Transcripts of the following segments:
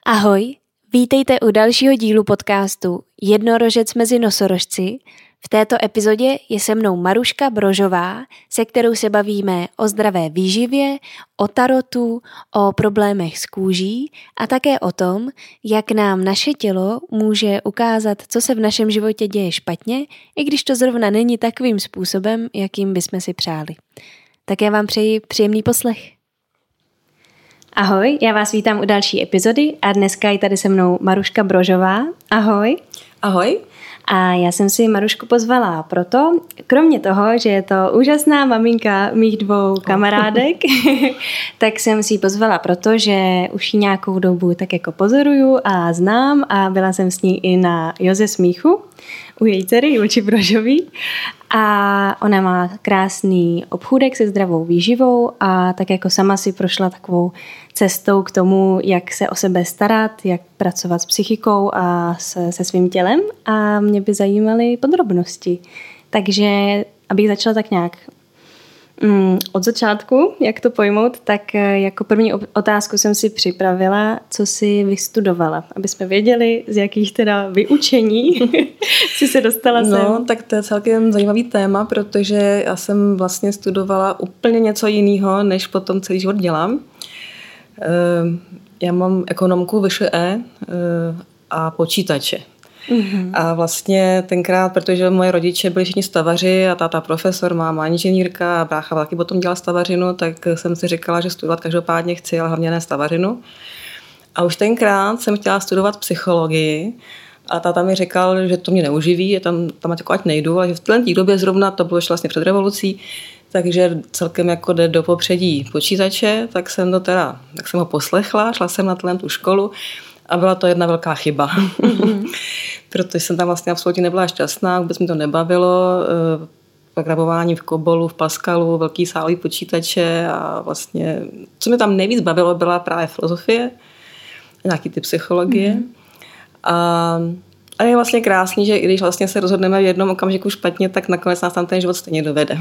Ahoj, vítejte u dalšího dílu podcastu Jednorožec mezi nosorožci. V této epizodě je se mnou Maruška Brožová, se kterou se bavíme o zdravé výživě, o tarotu, o problémech s kůží a také o tom, jak nám naše tělo může ukázat, co se v našem životě děje špatně, i když to zrovna není takovým způsobem, jakým bychom si přáli. Tak já vám přeji příjemný poslech. Ahoj, já vás vítám u další epizody a dneska je tady se mnou Maruška Brožová. Ahoj. Ahoj. A já jsem si Marušku pozvala proto, kromě toho, že je to úžasná maminka mých dvou kamarádek, tak jsem si ji pozvala proto, že už ji nějakou dobu tak jako pozoruju a znám a byla jsem s ní i na Joze smíchu u její dcery Julči Brožový. A ona má krásný obchůdek se zdravou výživou a tak jako sama si prošla takovou cestou k tomu, jak se o sebe starat, jak pracovat s psychikou a se svým tělem a mě by zajímaly podrobnosti. Takže abych začala tak nějak od začátku, jak to pojmout, tak jako první otázku jsem si připravila, co jsi vystudovala, aby jsme věděli, z jakých teda vyučení jsi se dostala sem. No, tak to je celkem zajímavý téma, protože já jsem vlastně studovala úplně něco jiného, než potom celý život dělám. Já mám ekonomku VŠE a počítače. Mm-hmm. A vlastně tenkrát, protože moje rodiče byli všichni stavaři a táta profesor, máma inženýrka a brácha taky potom dělal stavařinu, tak jsem si říkala, že studovat každopádně chci, ale hlavně ne stavařinu. A už tenkrát jsem chtěla studovat psychologii a táta mi říkal, že to mě neuživí, že tam jako ať nejdu, ale že v té době zrovna to bylo ještě vlastně před revolucí, takže celkem jako jde do popředí počítače, tak jsem ho poslechla, šla jsem na tu školu. A byla to jedna velká chyba, protože jsem tam vlastně absolutně nebyla šťastná, vůbec mi to nebavilo, programování v Cobolu, v Pascalu, velký sálový počítače a vlastně, co mě tam nejvíc bavilo, byla právě filozofie, nějaký ty psychologie. A je vlastně krásný, že i když vlastně se rozhodneme v jednom okamžiku špatně, tak nakonec nás tam ten život stejně dovede.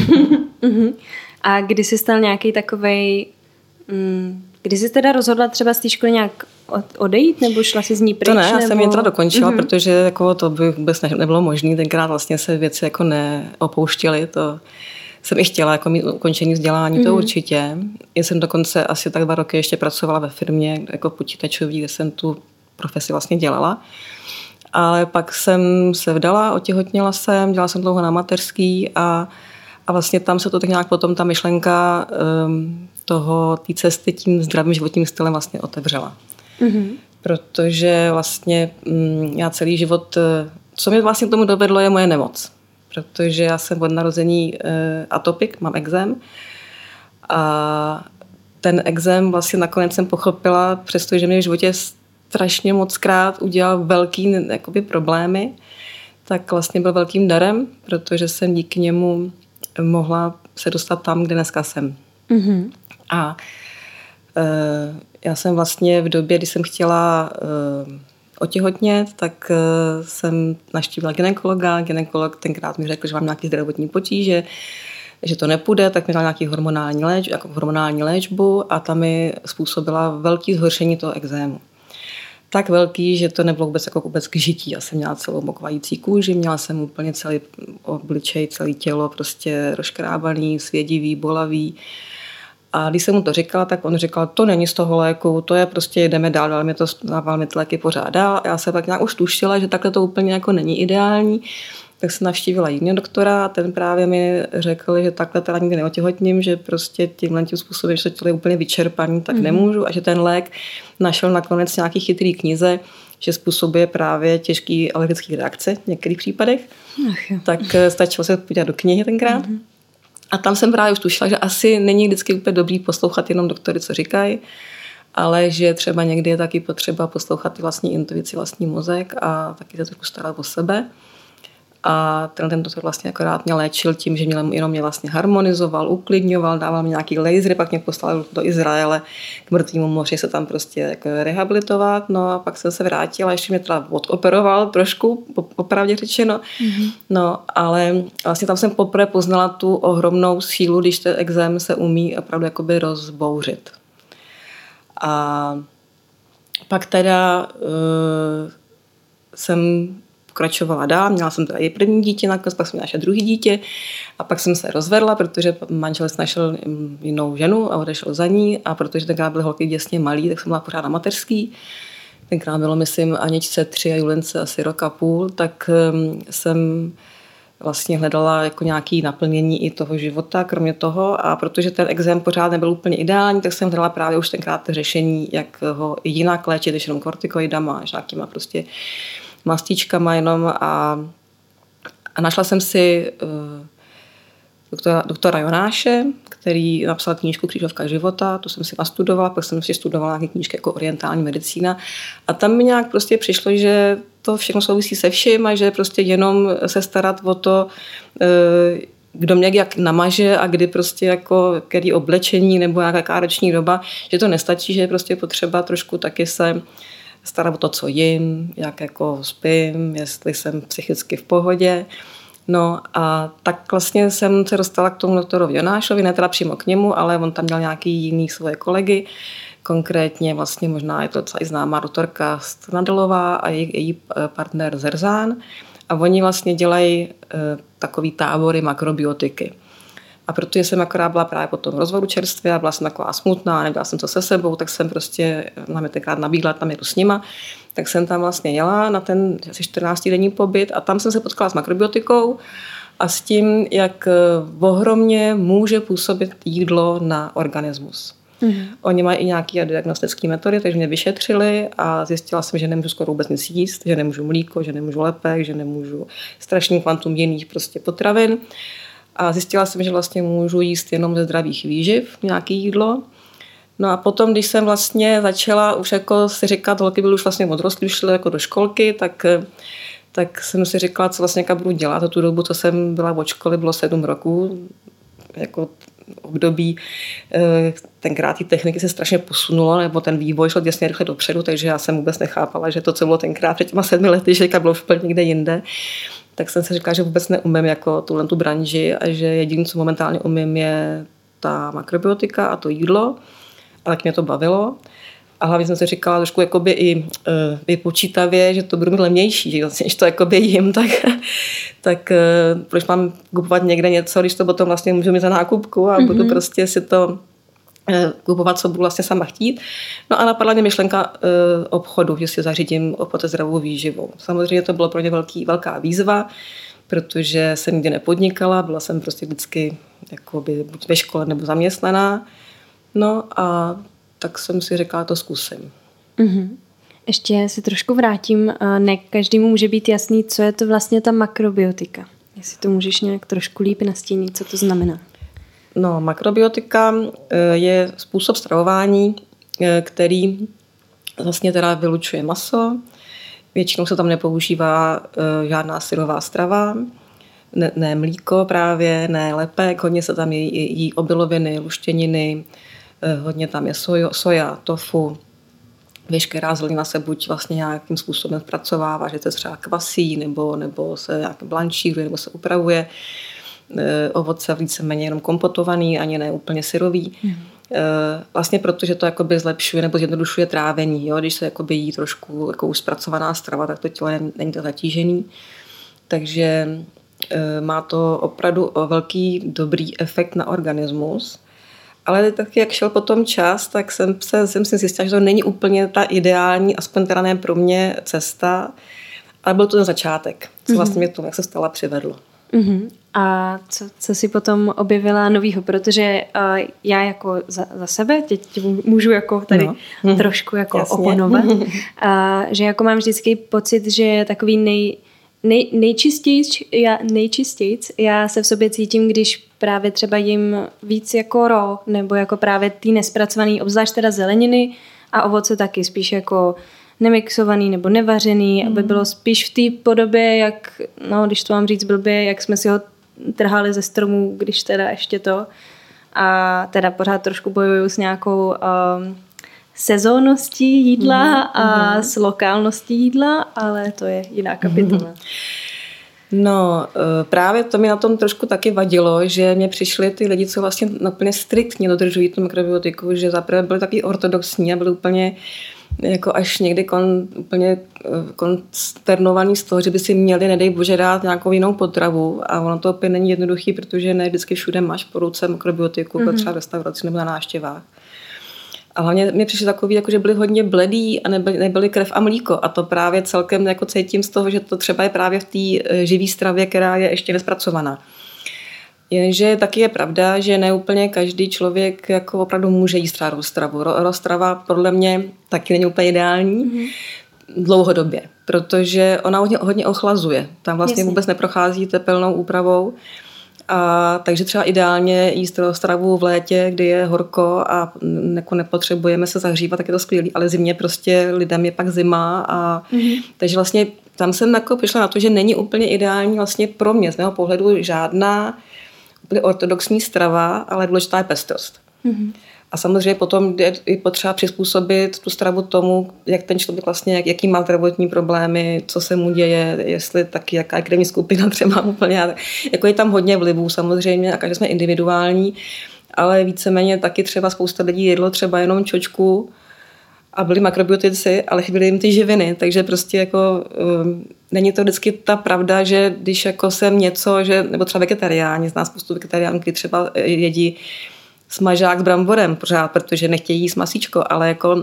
A kdy jsi stal nějaký takovej... Kdy jsi teda rozhodla třeba z té školy nějak odejít, nebo šla si z ní pryč? To ne, já jsem ji teda dokončila, protože jako to by vůbec nebylo možné. Tenkrát vlastně se věci jako neopouštěly. To jsem i chtěla jako mít ukončení vzdělání, to určitě. Já jsem dokonce asi tak 2 roky ještě pracovala ve firmě jako počítačový, kde jsem tu profesi vlastně dělala. Ale pak jsem se vdala, otěhotněla jsem, dělala jsem dlouho na mateřský a vlastně tam se to tak nějak potom ta myšlenka té cesty tím zdravým životním stylem vlastně otevřela. Mm-hmm. Protože vlastně já celý život, co mě vlastně k tomu dovedlo, je moje nemoc. Protože já jsem od narození atopik, mám ekzém a ten ekzém vlastně nakonec jsem pochopila, přestože mě v životě strašně mockrát udělal velký jakoby problémy, tak vlastně byl velkým darem, protože jsem díky němu mohla se dostat tam, kde dneska jsem. Mm-hmm. A já jsem vlastně v době, kdy jsem chtěla otěhotnět, tak jsem navštívila gynekologa. Gynekolog tenkrát mi řekl, že mám nějaké zdravotní potíže, že to nepůjde, tak mi dal nějaký hormonální léčbu a ta mi způsobila velké zhoršení toho ekzému. Tak velký, že to nebylo vůbec k žití. Já jsem měla celou mokvající kůži, měla jsem úplně celý obličej, celé tělo prostě rozškrábaný, svědivý, bolavý. A když jsem mu to říkala, tak on říkal, to není z toho léku, to je prostě jdeme dál, dával mi ty léky pořád dál. Já se tak nějak už tušila, že takhle to úplně jako není ideální. Tak jsem navštívila jiného doktora a ten právě mi řekl, že takhle teda nikdy neotěhotním, že prostě tímhle tím způsobem, že to tělo je úplně vyčerpaný, tak nemůžu a že ten lék našel nakonec nějaký chytrý knize, že způsobuje právě těžký alergický reakce v některých případech. Tak stačilo se podívat do knihy tenkrát. A tam jsem právě už tušila, že asi není vždycky úplně dobrý poslouchat jenom doktory, co říkají, ale že třeba někdy je taky potřeba poslouchat vlastní intuici, vlastní mozek a taky se trošku starat o sebe. A ten doktor vlastně akorát mě léčil tím, že mě vlastně harmonizoval, uklidňoval, dával mi nějaký lasery, pak mě poslal do Izraele k Mrtvému moři se tam prostě jako rehabilitovat. No a pak jsem se vrátila, ještě mě teda odoperoval trošku, popravdě řečeno. Mm-hmm. No, ale vlastně tam jsem poprvé poznala tu ohromnou sílu, když ten ekzém se umí opravdu jakoby rozbouřit. A Pak teda jsem pokračovala dál, měla jsem teda i první dítě, nakonec pak jsem měla ještě druhý dítě a pak jsem se rozvedla, protože manžel našel jinou ženu a odešel za ní a protože tenkrát byly holky děsně malý, tak jsem byla pořád na mateřský. Tenkrát bylo, myslím, Aničce 3 a Julence asi rok a půl, tak jsem vlastně hledala jako nějaké naplnění i toho života, kromě toho. A protože ten exém pořád nebyl úplně ideální, tak jsem hledala právě už tenkrát řešení, jak ho jinak léčit, než jenom kortikoidama, až nějakýma prostě mastičkama jenom. A našla jsem si doktora Jonáše, který napsal knížku Křížovka života, to jsem si nastudovala, pak jsem si studovala nějaké knížky jako orientální medicína a tam mi nějak prostě přišlo, že to všechno souvisí se vším a že prostě jenom se starat o to, kdo mě jak namaže a kdy prostě jako který oblečení nebo jaká roční doba, že to nestačí, že je prostě potřeba trošku taky se starat o to, co jim, jak jako spím, jestli jsem psychicky v pohodě. No a tak vlastně jsem se dostala k tomu doktorovi Jonášovi, ne teda přímo k němu, ale on tam měl nějaký jiný svoje kolegy, konkrétně vlastně možná je to docela i známá doktorka Strnadelová a její partner Zerzán a oni vlastně dělají takový tábory makrobiotiky. A protože jsem akorát byla právě po tom rozvodu čerstvě a byla jsem taková smutná, nebyla jsem to se sebou, tak jsem prostě nám je tenkrát nabídla, tam jedu s nima, tak jsem tam vlastně jela na ten asi 14denní pobyt a tam jsem se potkala s makrobiotikou a s tím, jak ohromně může působit jídlo na organismus. Oni mají i nějaké diagnostické metody, takže mě vyšetřili a zjistila jsem, že nemůžu skoro vůbec nic jíst, že nemůžu mlíko, že nemůžu lepek, že nemůžu strašný kvantum jiných prostě potravin. A zjistila jsem, že vlastně můžu jíst jenom ze zdravých výživ nějaké jídlo. No a potom, když jsem vlastně začala už jako si říkat, holky byly už vlastně odrostlí, už šly jako do školky, tak jsem si říkala, co vlastně budu dělat. A tu dobu, co jsem byla od školy, bylo 7 roků, jako období, tenkrát ty techniky se strašně posunulo, nebo ten vývoj šel děsně rychle dopředu, takže já jsem vůbec nechápala, že to, co bylo tenkrát před těma 7 lety, že bylo úplně někde jinde. Tak jsem si říkala, že vůbec neumím jako tu branži a že jediné, co momentálně umím, je ta makrobiotika a to jídlo, ale mě to bavilo. A hlavně jsem si říkala trošku jakoby i vypočítavě, že to budu mít levnější, že vlastně, když to jakoby jim, tak proč mám kupovat někde něco, když to potom vlastně můžu mít za nákupku a budu prostě si to kupovat, co budu vlastně sama chtít. No a napadla mě myšlenka obchodu, že si zařídím obchod se zdravou výživou. Samozřejmě to bylo pro mě velká výzva, protože jsem nikdy nepodnikala, byla jsem prostě vždycky jakoby buď ve škole nebo zaměstnaná. No a tak jsem si řekla, to zkusím. Ještě si trošku vrátím. Ne každému může být jasný, co je to vlastně ta makrobiotika. Jestli to můžeš nějak trošku líp nastínit, co to znamená. No, makrobiotika je způsob stravování, který vlastně teda vylučuje maso. Většinou se tam nepoužívá žádná syrová strava, ne mlíko právě, ne lepek, hodně se tam jí obiloviny, luštěniny, hodně tam je soja, tofu. Veškerá zelenina se buď vlastně nějakým způsobem zpracovává, že se třeba kvasí, nebo se nějak blanšíruje, nebo se upravuje. Ovoce víceméně jenom kompotovaný, ani ne úplně syrový. Vlastně protože to jakoby zlepšuje nebo zjednodušuje trávení. Jo? Když se jakoby jí trošku jako už zpracovaná strava, tak to tělo není to zatížený. Takže má to opravdu velký dobrý efekt na organismus. Ale taky, jak šel potom čas, tak jsem si zjistila, že to není úplně ta ideální, aspoň teda ne pro mě, cesta. Ale byl to ten začátek, co vlastně mě to, jak se stala, přivedlo. A co si potom objevila novýho? Protože já jako za sebe, teď můžu jako tady trošku jako oponovat, že jako mám vždycky pocit, že je takový nejčistějc. Já se v sobě cítím, když právě třeba jim víc jako raw, nebo jako právě ty nespracovaný, obzvlášť teda zeleniny a ovoce taky, spíš jako nemixovaný nebo nevařený, aby bylo spíš v té podobě, jak, no, když to mám říct blbě, jak jsme si ho trhali ze stromů, když teda ještě to. A teda pořád trošku bojuju s nějakou sezónností jídla a s lokálností jídla, ale to je jiná kapitola. No, právě to mi na tom trošku taky vadilo, že mě přišli ty lidi, co vlastně úplně striktně dodržují tu makrobiotiku, že zaprvé byli taky ortodoxní a byli úplně jako až někdy úplně konsternovaný z toho, že by si měli, nedej bože, dát nějakou jinou potravu. A ono to opět není jednoduchý, protože ne vždycky všude máš po ruce makrobiotiku, třeba v restauraci nebo na návštěvách. A hlavně mi přišli takový, jako že byli hodně bledý a nebyli krev a mlíko. A to právě celkem jako cítím z toho, že to třeba je právě v té živý stravě, která je ještě nespracovaná. Jenže taky je pravda, že ne úplně každý člověk jako opravdu může jíst rozstravu. Rozstrava podle mě taky není úplně ideální dlouhodobě, protože ona hodně ochlazuje. Tam vlastně vůbec neprochází tepelnou úpravou. A takže třeba ideálně jíst rozstravu v létě, kdy je horko a jako nepotřebujeme se zahřívat, tak je to skvělý, ale zimě prostě lidem je pak zima. Takže vlastně tam jsem jako přišla na to, že není úplně ideální vlastně pro mě z mého pohledu žádná ortodoxní strava, ale důležitá je pestrost. A samozřejmě potom je potřeba přizpůsobit tu stravu tomu, jak ten člověk vlastně, jaký má zdravotní problémy, co se mu děje, jestli taky, jaká je krevní skupina třeba úplně. Jako je tam hodně vlivů samozřejmě a každý jsme individuální, ale víceméně taky třeba spousta lidí jedlo třeba jenom čočku a byli makrobiotici, ale chyběly jim ty živiny, takže prostě jako není to vždycky ta pravda, že když jako jsem něco, že, nebo třeba vegetariáni, znám spoustu vegetariánů, kteří třeba jedí smažák s bramborem pořád, protože nechtějí jíst masíčko, ale jako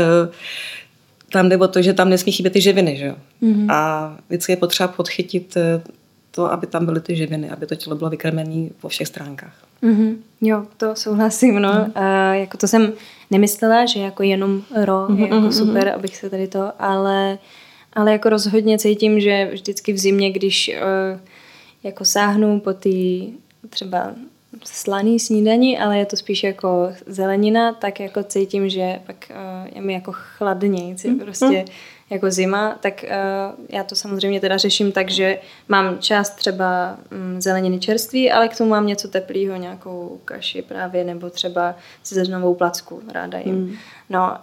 tam jde o to, že tam nesmí chybět ty živiny, že jo. A vždycky je potřeba podchytit to, aby tam byly ty živiny, aby to tělo bylo vykrmené po všech stránkách. Jo, to souhlasím, no. Jako to jsem nemyslela, že jako jenom je jako super, abych se tady to, ale jako rozhodně cítím, že vždycky v zimě, když jako sáhnu po té třeba slaný snídani, ale je to spíš jako zelenina, tak jako cítím, že pak je mi jako chladnějc, prostě jako zima, tak já to samozřejmě teda řeším tak, že mám část třeba zeleniny čerství, ale k tomu mám něco teplého, nějakou kaši právě, nebo třeba zeřnovou placku ráda jim. No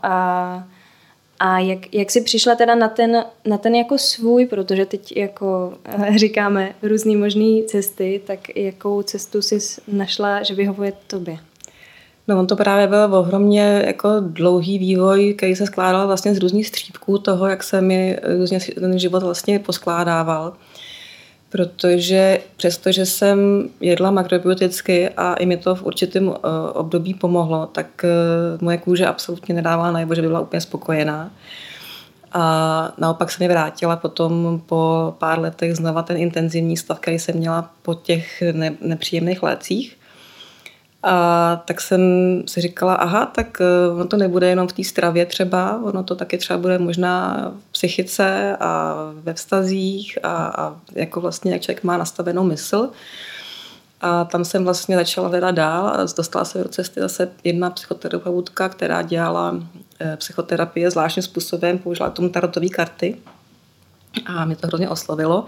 a jak jsi přišla teda na ten jako svůj, protože teď jako říkáme různý možný cesty, tak jakou cestu jsi našla, že vyhovuje tobě? No on to právě byl ohromně jako dlouhý vývoj, který se skládal vlastně z různých střípků toho, jak se mi různě ten život vlastně poskládával. Protože přestože jsem jedla makrobioticky a i mi to v určitém období pomohlo, tak moje kůže absolutně nedávala najevo, že by byla úplně spokojená. A naopak se mi vrátila potom po pár letech znova ten intenzivní stav, který jsem měla po těch nepříjemných lécích. A tak jsem si říkala, aha, tak ono to nebude jenom v té stravě třeba, ono to taky třeba bude možná v psychice a ve vztazích a jako vlastně, jak člověk má nastavenou mysl. A tam jsem vlastně začala hledat dál a dostala se do cesty zase jedna psychoterapeutka, která dělala psychoterapie zvláštním způsobem, použila k tomu tarotové karty a mě to hrozně oslovilo.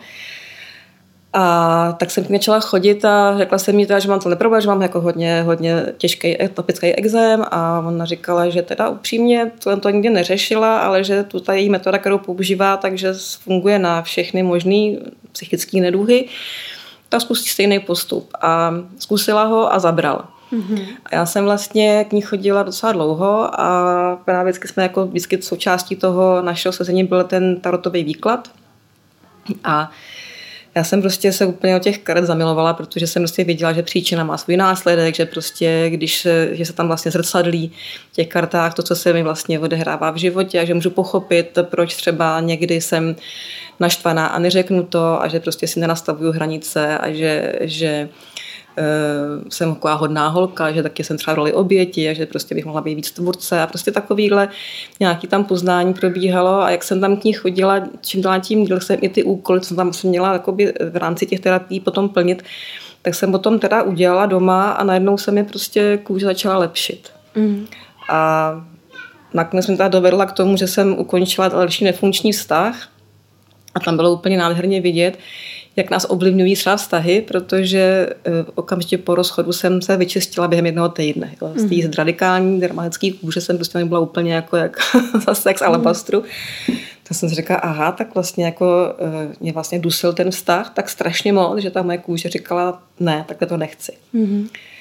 A tak jsem k ní začala chodit a řekla jsem jí teda, že mám to neproblém, že mám jako hodně těžký atopický exém a ona říkala, že teda upřímně to nikdy neřešila, ale že tu ta její metoda, kterou používá, takže funguje na všechny možný psychické neduhy, tak zkusí stejný postup. A zkusila ho a zabrala. A já jsem vlastně k ní chodila docela dlouho a právě vždycky součástí toho našeho sezení byl ten tarotový výklad. A já jsem prostě se úplně o těch karet zamilovala, protože jsem prostě věděla, že příčina má svůj následek, že prostě, že se tam vlastně zrcadlí v těch kartách to, co se mi vlastně odehrává v životě a že můžu pochopit, proč třeba někdy jsem naštvaná a neřeknu to a že prostě si nenastavuju hranice a že jsem taková hodná holka, že taky jsem třeba v roli oběti a že prostě bych mohla být víc tvůrce a prostě takovýhle nějaký tam poznání probíhalo a jak jsem tam k ní chodila, čím dál tím dělala jsem i ty úkoly, co jsem tam měla v rámci těch terapií potom plnit, tak jsem potom teda udělala doma a najednou se mi prostě kůže začala lepšit. A nakonec jsem teda dovedla k tomu, že jsem ukončila další nefunkční vztah a tam bylo úplně nádherně vidět, jak nás ovlivňují třeba vztahy, protože okamžitě po rozchodu jsem se vyčistila během jednoho týdne. Z té radikální dramatické kůže jsem prostě nebyla úplně jako jak sex alabastru. Tak jsem si řekla, aha, tak vlastně jako mě vlastně dusil ten vztah tak strašně moc, že ta moje kůže říkala, ne, takhle to nechci.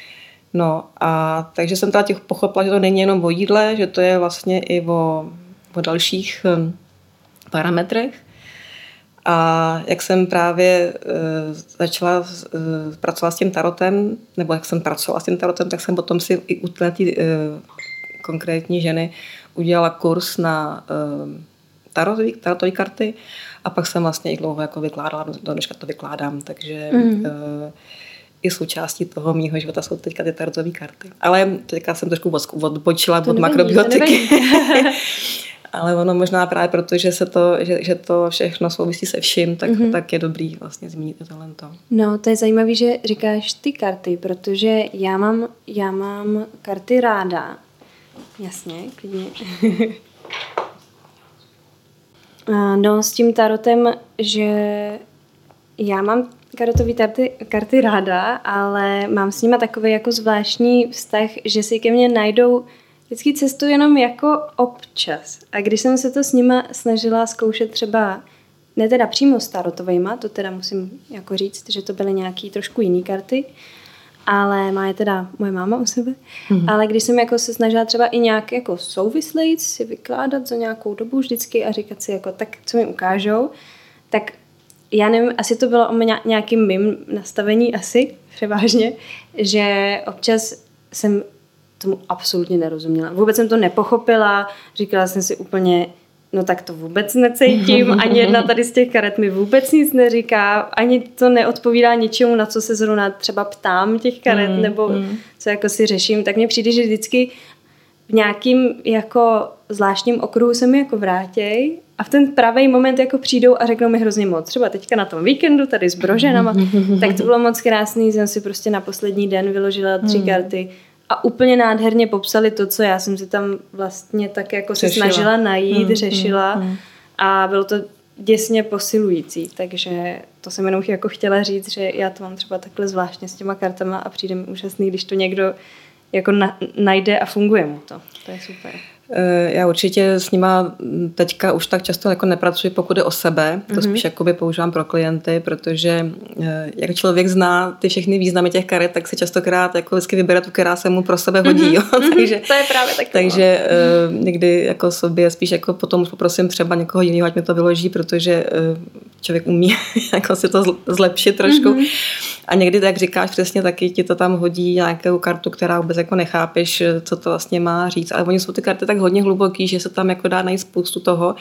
No a takže jsem teda pochopila, že to není jenom o jídle, že to je vlastně i o o dalších parametrech. A jak jsem právě začala pracovat s tím tarotem, nebo jak jsem pracovala s tím tarotem, tak jsem potom si i u této konkrétní ženy udělala kurz na tarotové karty a pak jsem vlastně i dlouho jako vykládala, do dneška to vykládám, takže i součástí toho mýho života jsou teďka ty tarotové karty. Ale teďka jsem trošku odbočila od makrobiotiky. Ale ono možná právě proto, že to všechno souvisí se vším, tak je dobrý vlastně zmínit tohle. No, to je zajímavé, že říkáš ty karty, protože já mám karty ráda. Jasně, klidně. No, s tím tarotem, že já mám tarotové karty ráda, ale mám s nima takový jako zvláštní vztah, že si ke mně najdou vždycky cestu jenom jako občas. A když jsem se to s nima snažila zkoušet třeba, ne teda přímo s tarotovejma, to teda musím jako říct, že to byly nějaký trošku jiný karty, ale má je teda moje máma u sebe. Ale když jsem jako se snažila třeba i nějak jako souvislejc si vykládat za nějakou dobu vždycky a říkat si jako tak, co mi ukážou, tak já nevím, asi to bylo o nějakým mým nastavení asi, převážně, že občas jsem tomu absolutně nerozuměla. Vůbec jsem to nepochopila, říkala jsem si úplně, no tak to vůbec necítím, ani jedna tady z těch karet mi vůbec nic neříká, ani to neodpovídá ničemu, na co se zrovna třeba ptám těch karet, nebo co jako si řeším, tak mně přijde, že vždycky v nějakým jako zvláštním okruhu se mi jako vrátěj a v ten pravý moment jako přijdou a řeknou mi hrozně moc. Třeba teďka na tom víkendu tady s broženama, tak to bylo moc krásný, jsem si prostě na poslední den vyložila 3 karty a úplně nádherně popsali to, co já jsem si tam vlastně tak jako se snažila najít, řešila a bylo to děsně posilující, takže to jsem jenom jako chtěla říct, že já to mám třeba takhle zvláštně s těma kartama a přijde mi úžasný, když to někdo jako najde a funguje mu to. To je super. Já určitě s nima teďka už tak často jako nepracuji, pokud je o sebe. To spíš jakoby používám pro klienty, protože jak člověk zná ty všechny významy těch karet, tak si častokrát jako vždycky vybere tu, která se mu pro sebe hodí. Jo? Takže, to je právě tak. Takže někdy jako sobě spíš jako potom poprosím třeba někoho jiného, ať mi to vyloží, protože člověk umí jako si to zlepšit trošku. A někdy, jak říkáš, přesně taky ti to tam hodí nějakou kartu, která vůbec jako nechápeš, co to vlastně má říct. Ale oni jsou ty karty tak hodně hluboký, že se tam jako dá najít spoustu toho.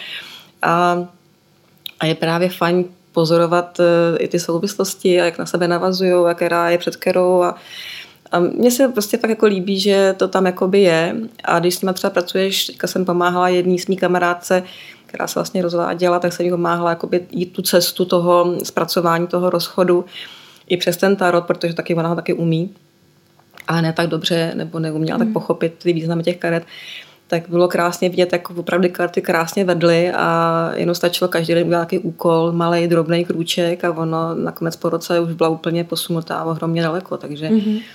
A je právě fajn pozorovat i ty souvislosti a jak na sebe navazujou a která je před kterou. A mně se prostě tak jako líbí, že to tam jakoby je. A když s nima třeba pracuješ, teďka jsem pomáhala jedný s mý kamarádce, která se vlastně rozváděla, tak jsem jí pomáhala jakoby jít tu cestu toho zpracování toho rozchodu i přes ten tarot, protože taky ona ho taky umí, ale ne tak dobře, nebo neuměla tak pochopit ty významy těch karet, tak bylo krásně vidět, jak opravdu karty krásně vedly a jenom stačilo každý den udělat nějaký úkol, malej, drobný krůček a ono nakonec po roce už byla úplně posunutá ohromně daleko, takže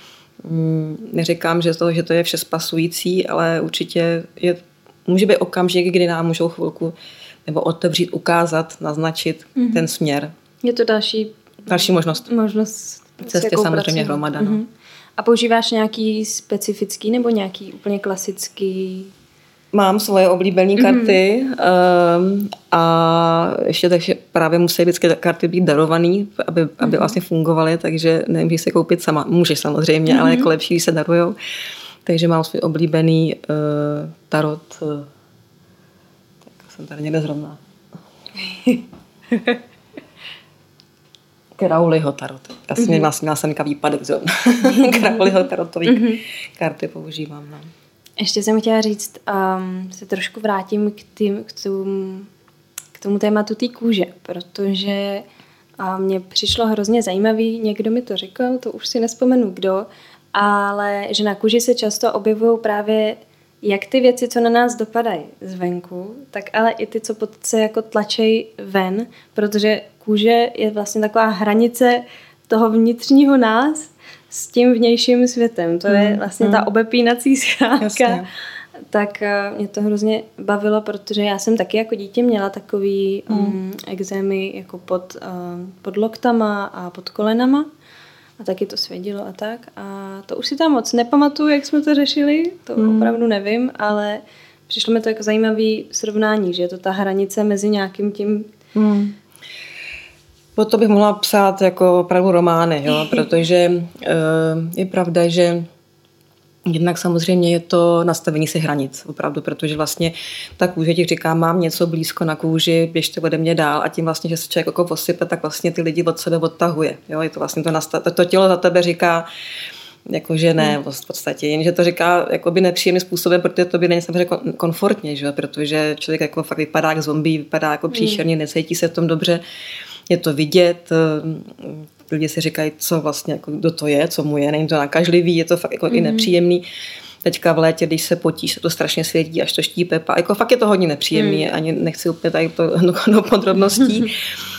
neříkám, že to je vše spasující, ale určitě může být okamžik, kdy nám můžou chvilku nebo otevřít, ukázat, naznačit ten směr. Je to další možnost cesty samozřejmě hromada. No. A používáš nějaký specifický nebo nějaký úplně klasický? Mám svoje oblíbené karty a ještě takže právě musí vždycky karty být darované, aby vlastně fungovaly, takže nemůžeš se koupit sama. Můžeš samozřejmě, ale jako lepší, když se darujou. Takže mám svůj oblíbený tarot. Tak jsem tady někde zrovna. Crowleyho tarot. Já jsem měla jsem výpadek zrovna. Crowleyho tarotový karty používám. No. Ještě jsem chtěla říct, se trošku vrátím k tomu tématu té kůže, protože mně přišlo hrozně zajímavý, někdo mi to řekl, to už si nespomenu kdo, ale že na kůži se často objevují právě jak ty věci, co na nás dopadají zvenku, tak ale i ty, co se jako tlačejí ven, protože kůže je vlastně taková hranice toho vnitřního nás s tím vnějším světem. To je vlastně ta obepínací schránka. Tak mě to hrozně bavilo, protože já jsem taky jako dítě měla takový ekzémy jako pod loktama a pod kolenama. A taky to svědilo a tak. A to už si tam moc nepamatuju, jak jsme to řešili. To opravdu nevím, ale přišlo mi to jako zajímavý srovnání, že je to ta hranice mezi nějakým tím... Po to bych mohla psát jako opravdu romány, jo? Protože je pravda, že jednak samozřejmě je to nastavení si hranic, opravdu, protože vlastně ta kůže ti říká, mám něco blízko na kůži, běžte ode mě dál a tím vlastně, že se člověk jako posype, tak vlastně ty lidi od sebe odtahuje. Jo? Je to vlastně to tělo za tebe říká, jakože ne, v podstatě, jenže to říká jakoby nepříjemným způsobem, protože to by není samozřejmě komfortně, že? Protože člověk jako fakt vypadá jak zombie, vypadá jako příšerně, necítí se v tom dobře, je to vidět, lidi si říkají, co vlastně, jako, kdo to je, co mu je, není to nakažlivý, je to fakt jako i nepříjemný. Teďka v létě, když se potíš, se to strašně světí, až to štípe, jako fakt je to hodně nepříjemný, ani nechci úplně tady to do podrobností.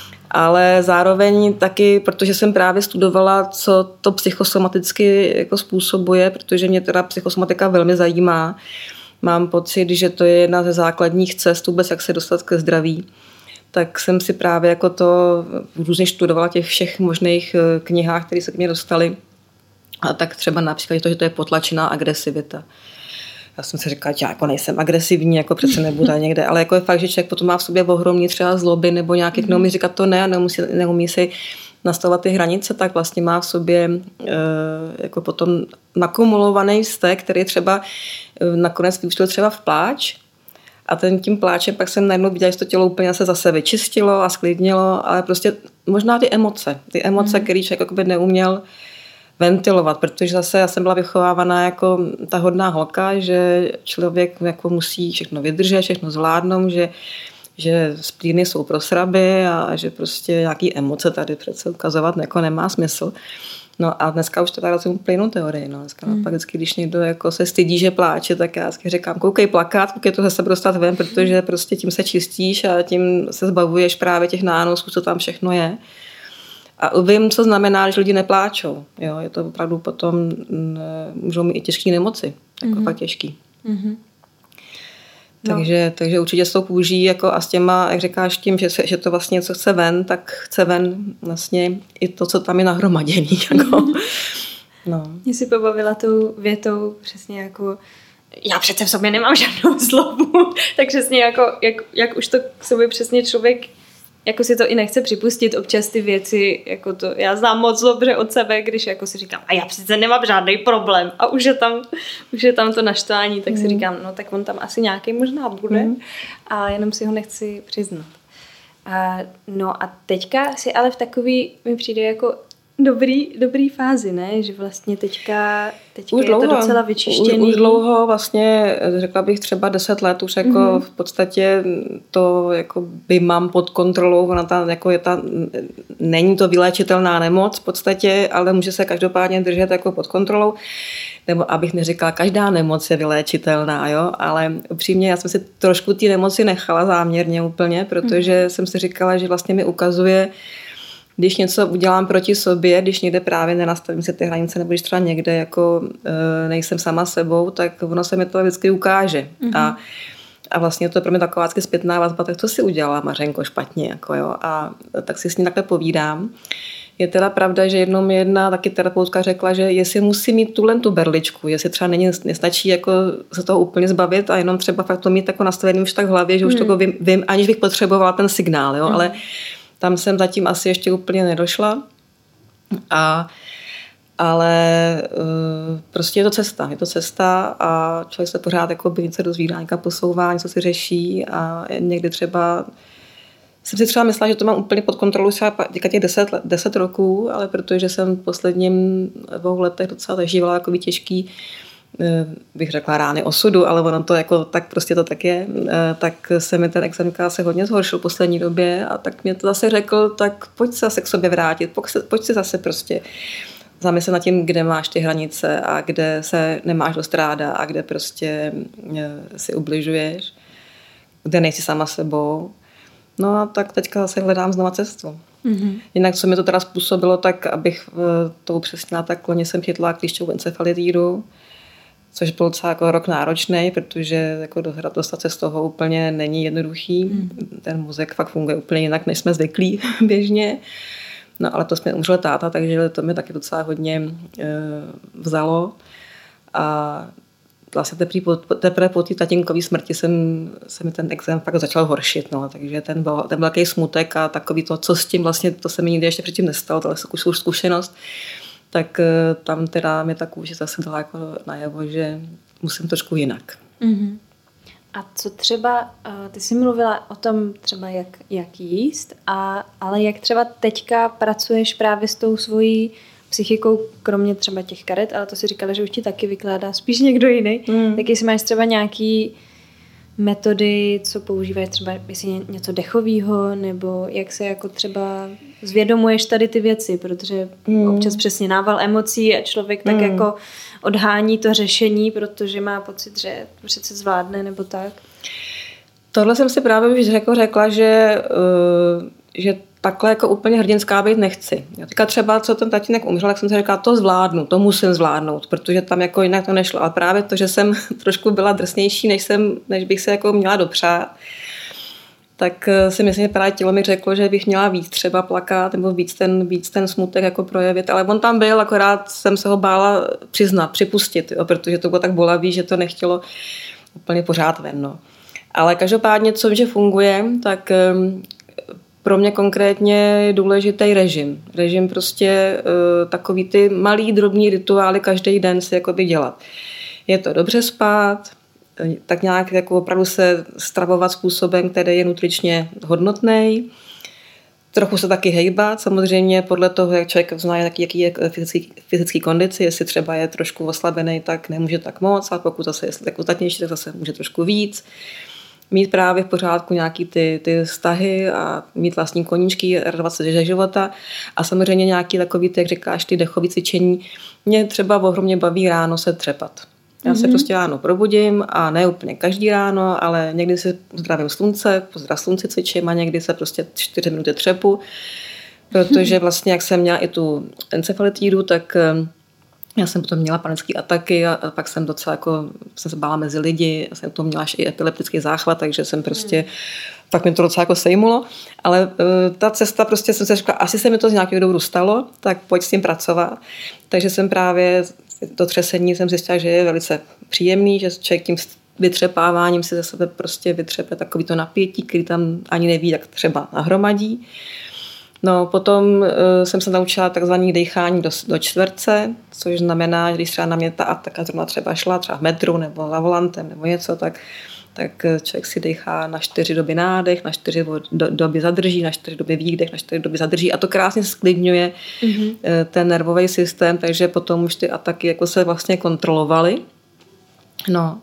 Ale zároveň taky, protože jsem právě studovala, co to psychosomaticky jako způsobuje, protože mě teda psychosomatika velmi zajímá. Mám pocit, že to je jedna ze základních cest vůbec, jak se dostat ke zdraví. Tak jsem si právě jako to různě studovala těch všech možných knihách, které se k mě dostaly. A tak třeba například to, že to je potlačená agresivita. Já jsem si říkala, že já jako nejsem agresivní, jako přece nebudu někde, ale jako je fakt, že člověk potom má v sobě ohromný třeba zloby nebo nějaký, neumí říkat to ne a neumí si nastavovat ty hranice, tak vlastně má v sobě jako potom nakumulovaný vztek, který třeba nakonec vyústil třeba v pláč. A tím pláčem pak jsem najednou viděla, že to tělo úplně se zase vyčistilo a sklidnilo, ale prostě možná ty emoce, které člověk jakoby neuměl ventilovat, protože zase já jsem byla vychovávaná jako ta hodná holka, že člověk jako musí všechno vydržet, všechno zvládnout, že splíny jsou pro sraby a že prostě nějaký emoce tady přece ukazovat jako nemá smysl. No a dneska už teda rozumím úplně jinou teorii. No. Dneska naopak vždycky, když někdo jako se stydí, že pláče, tak já vždycky říkám, koukej plakat, koukej to ze sebe dostat ven, protože prostě tím se čistíš a tím se zbavuješ právě těch nánosů, co tam všechno je. A vím, co znamená, že lidi nepláčou. Jo, je to opravdu potom, můžou mít i těžké nemoci, jako fakt těžký. No. Takže určitě s tou kůží jako a s těma, jak říkáš tím, že to vlastně něco chce ven, tak chce ven vlastně i to, co tam je nahromaděný. Jako. No. Mě si pobavila tou větou přesně jako já přece v sobě nemám žádnou zlobu, tak přesně jako, jak už to k sobě přesně člověk jako si to i nechce připustit občas ty věci, jako to, já znám moc dobře od sebe, když jako si říkám, a já přece nemám žádný problém a už je tam to naštvání, tak si říkám, no tak on tam asi nějaký možná bude a jenom si ho nechci přiznat. No a teďka si ale v takový, mi přijde jako dobrý fázi, ne? Že vlastně teďka je to docela vyčištěný. Už dlouho vlastně, řekla bych třeba 10 let, už jako v podstatě to jako by mám pod kontrolou, ona není to vyléčitelná nemoc v podstatě, ale může se každopádně držet jako pod kontrolou. Nebo abych neříkala, každá nemoc je vyléčitelná, jo? Ale upřímně já jsem si trošku ty nemoci nechala záměrně úplně, protože jsem si říkala, že vlastně mi ukazuje, když něco udělám proti sobě, když někde právě nenastavím si ty hranice, nebo když třeba někde jako nejsem sama sebou, tak ono se mi to vždycky ukáže. A vlastně to je pro mě taková zpětná vazba, tak to si udělala Mařenko špatně. Jako jo. A tak si s ní takhle povídám. Je teda pravda, že jednou mi jedna taky terapeutka řekla, že jestli musí mít tu berličku, jestli třeba nestačí jako se toho úplně zbavit a jenom třeba fakt to mít jako nastavený už tak v hlavě, že už to vím, aniž bych potřebovala ten signál, jo, ale tam jsem zatím asi ještě úplně nedošla. Ale prostě je to cesta a člověk se pořád jako by něco dozvídá, nějaká posouvá, něco si řeší a někdy třeba jsem si třeba myslela, že to mám úplně pod kontrolou těch 10 roků, ale protože jsem v posledním 2 letech docela zažívala jako těžký, bych řekla rány osudu, ale ono to jako tak prostě to tak je, tak se mi ten examinka se hodně zhoršil v poslední době a tak mě to zase řekl, tak pojď se zase k sobě vrátit, pojď se zase prostě zamyslet nad tím, kde máš ty hranice a kde se nemáš dost ráda a kde prostě si ubližuješ, kde nejsi sama sebou. No a tak teďka zase hledám znova cestu. Jinak, co mi to teda způsobilo, tak abych to upřesnila, tak loni jsem chytla klíšťovou encefalitídu, což byl docela jako rok náročný, protože jako dostat se z toho úplně není jednoduchý. Ten mozek fakt funguje úplně jinak, než jsme zvyklí běžně. No ale to jsme umřel táta, takže to mi taky docela hodně vzalo. A vlastně teprve po té tatínkové smrti se mi ten exém fakt začal horšit, no, takže ten velký smutek a takový to, co s tím vlastně, to se mi nikdy ještě předtím nestalo, tohle zkušenost, tak tam teda mi ta kůže zase dala jako najevo, že musím trošku jinak. Mm-hmm. A co třeba, ty jsi mluvila o tom třeba jak jíst, ale jak třeba teďka pracuješ právě s tou svojí psychikou, kromě třeba těch karet, ale to si říkala, že už ti taky vykládá spíš někdo jiný. Tak jestli máš třeba nějaký metody, co používáš třeba, jestli něco dechového, nebo jak se jako třeba zvědomuješ tady ty věci, protože občas přesně nával emocí a člověk tak jako odhání to řešení, protože má pocit, že přece zvládne nebo tak. Tohle jsem si právě už řekla, že takhle jako úplně hrdinská být nechci. Já teďka třeba, co ten tatínek umřel, jak jsem si řekla, to zvládnu, to musím zvládnout, protože tam jako jinak to nešlo. Ale právě to, že jsem trošku byla drsnější, než bych se jako měla dopřát, tak si myslím, že právě tělo mi řeklo, že bych měla víc třeba plakat nebo víc ten smutek jako projevit. Ale on tam byl, akorát jsem se ho bála připustit, jo, protože to bylo tak bolavý, že to nechtělo úplně pořád ven. No. Ale každopádně, co že funguje, tak pro mě konkrétně je důležitý režim. Režim prostě takový ty malý, drobný rituály každý den si jakoby dělat. Je to dobře spát, tak nějak jako opravdu se stravovat způsobem, který je nutričně hodnotný. Trochu se taky hejbat, samozřejmě podle toho, jak člověk zná, jaký je fyzický kondici, jestli třeba je trošku oslabený, tak nemůže tak moc, a pokud zase je tak ostatnější, tak zase může trošku víc. Mít právě v pořádku nějaký ty vztahy a mít vlastní koníčky, radovat se ze života a samozřejmě nějaký takový, jak říkáš, ty dechové cvičení. Mě třeba ohromně baví ráno se třepat. Já se prostě ráno probudím a ne úplně každý ráno, ale někdy si zdravím slunce, pozdrav slunci cvičím a někdy se prostě 4 minuty třepu, protože vlastně jak jsem měla i tu encefalitídu, tak já jsem potom měla panické ataky a pak jsem docela jako, jsem se bála mezi lidi, jsem to měla i epileptický záchvat, takže jsem prostě, pak mi to docela jako sejmulo, ale ta cesta prostě jsem se řekla, asi se mi to z nějakého důvodu stalo, tak pojď s tím pracovat. Takže jsem právě to třesení jsem zjistila, že je velice příjemný, že člověk tím vytřepáváním si ze sebe prostě vytřepe takový to napětí, který tam ani neví, jak třeba nahromadí. No, potom jsem se naučila takzvané dechání do čtverce, což znamená, že když třeba na mě ta ataka zrovna třeba šla, třeba v metru nebo za volantem nebo něco, tak člověk si dechá na 4 doby nádech, na 4 doby zadrží, na 4 doby výdech, na 4 doby zadrží a to krásně sklidňuje ten nervový systém, takže potom už ty ataky jako se vlastně kontrolovaly. No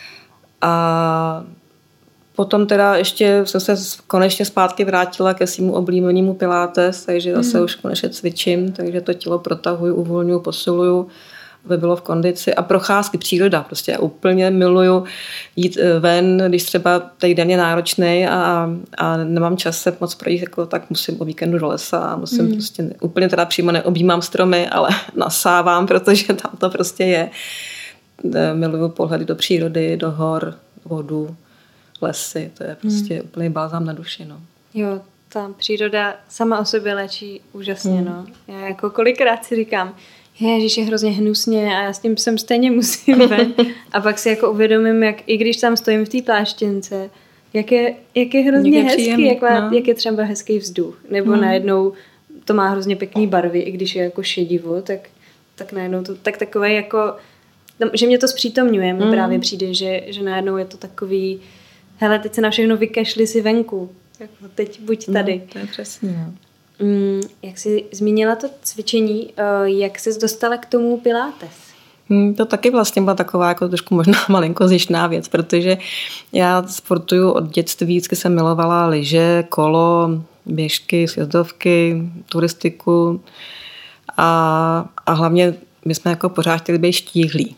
a potom teda ještě jsem se konečně zpátky vrátila ke svému oblíbenému pilates, takže zase už konečně cvičím, takže to tělo protahuju, uvolňuju, posiluju, aby bylo v kondici. A procházky, příroda, prostě já úplně miluju jít ven, když třeba týden je náročný a nemám čas se moc projít, jako, tak musím o víkendu do lesa a musím prostě úplně teda přímo neobjímám stromy, ale nasávám, protože tam to prostě je. Miluju pohledy do přírody, do hor, vodu, lesy, to je prostě úplný balzám na duši, no. Jo, ta příroda sama o sobě léčí úžasně, no. Já jako kolikrát si říkám, ježiš, je hrozně hnusně a já s tím sem stejně musím ven. A pak si jako uvědomím, jak i když tam stojím v té pláštěnce, jak je hrozně hezký, jak je třeba hezký vzduch. Nebo najednou to má hrozně pěkný barvy, i když je jako šedivo, tak najednou to tak takové jako, že mě to zpřítomňuje, mi právě přijde, že najednou je to takový, hele, teď se na všechno vykašli si venku, jako teď buď tady. No, to je přesně, no. Jak jsi zmínila to cvičení, jak jsi dostala k tomu pilates? To taky vlastně byla taková jako trošku možná malinko zjištná věc, protože já sportuju od dětství, vždycky jsem milovala lyže, kolo, běžky, sjezdovky, turistiku a hlavně my jsme jako pořád chtěli být štíhlí.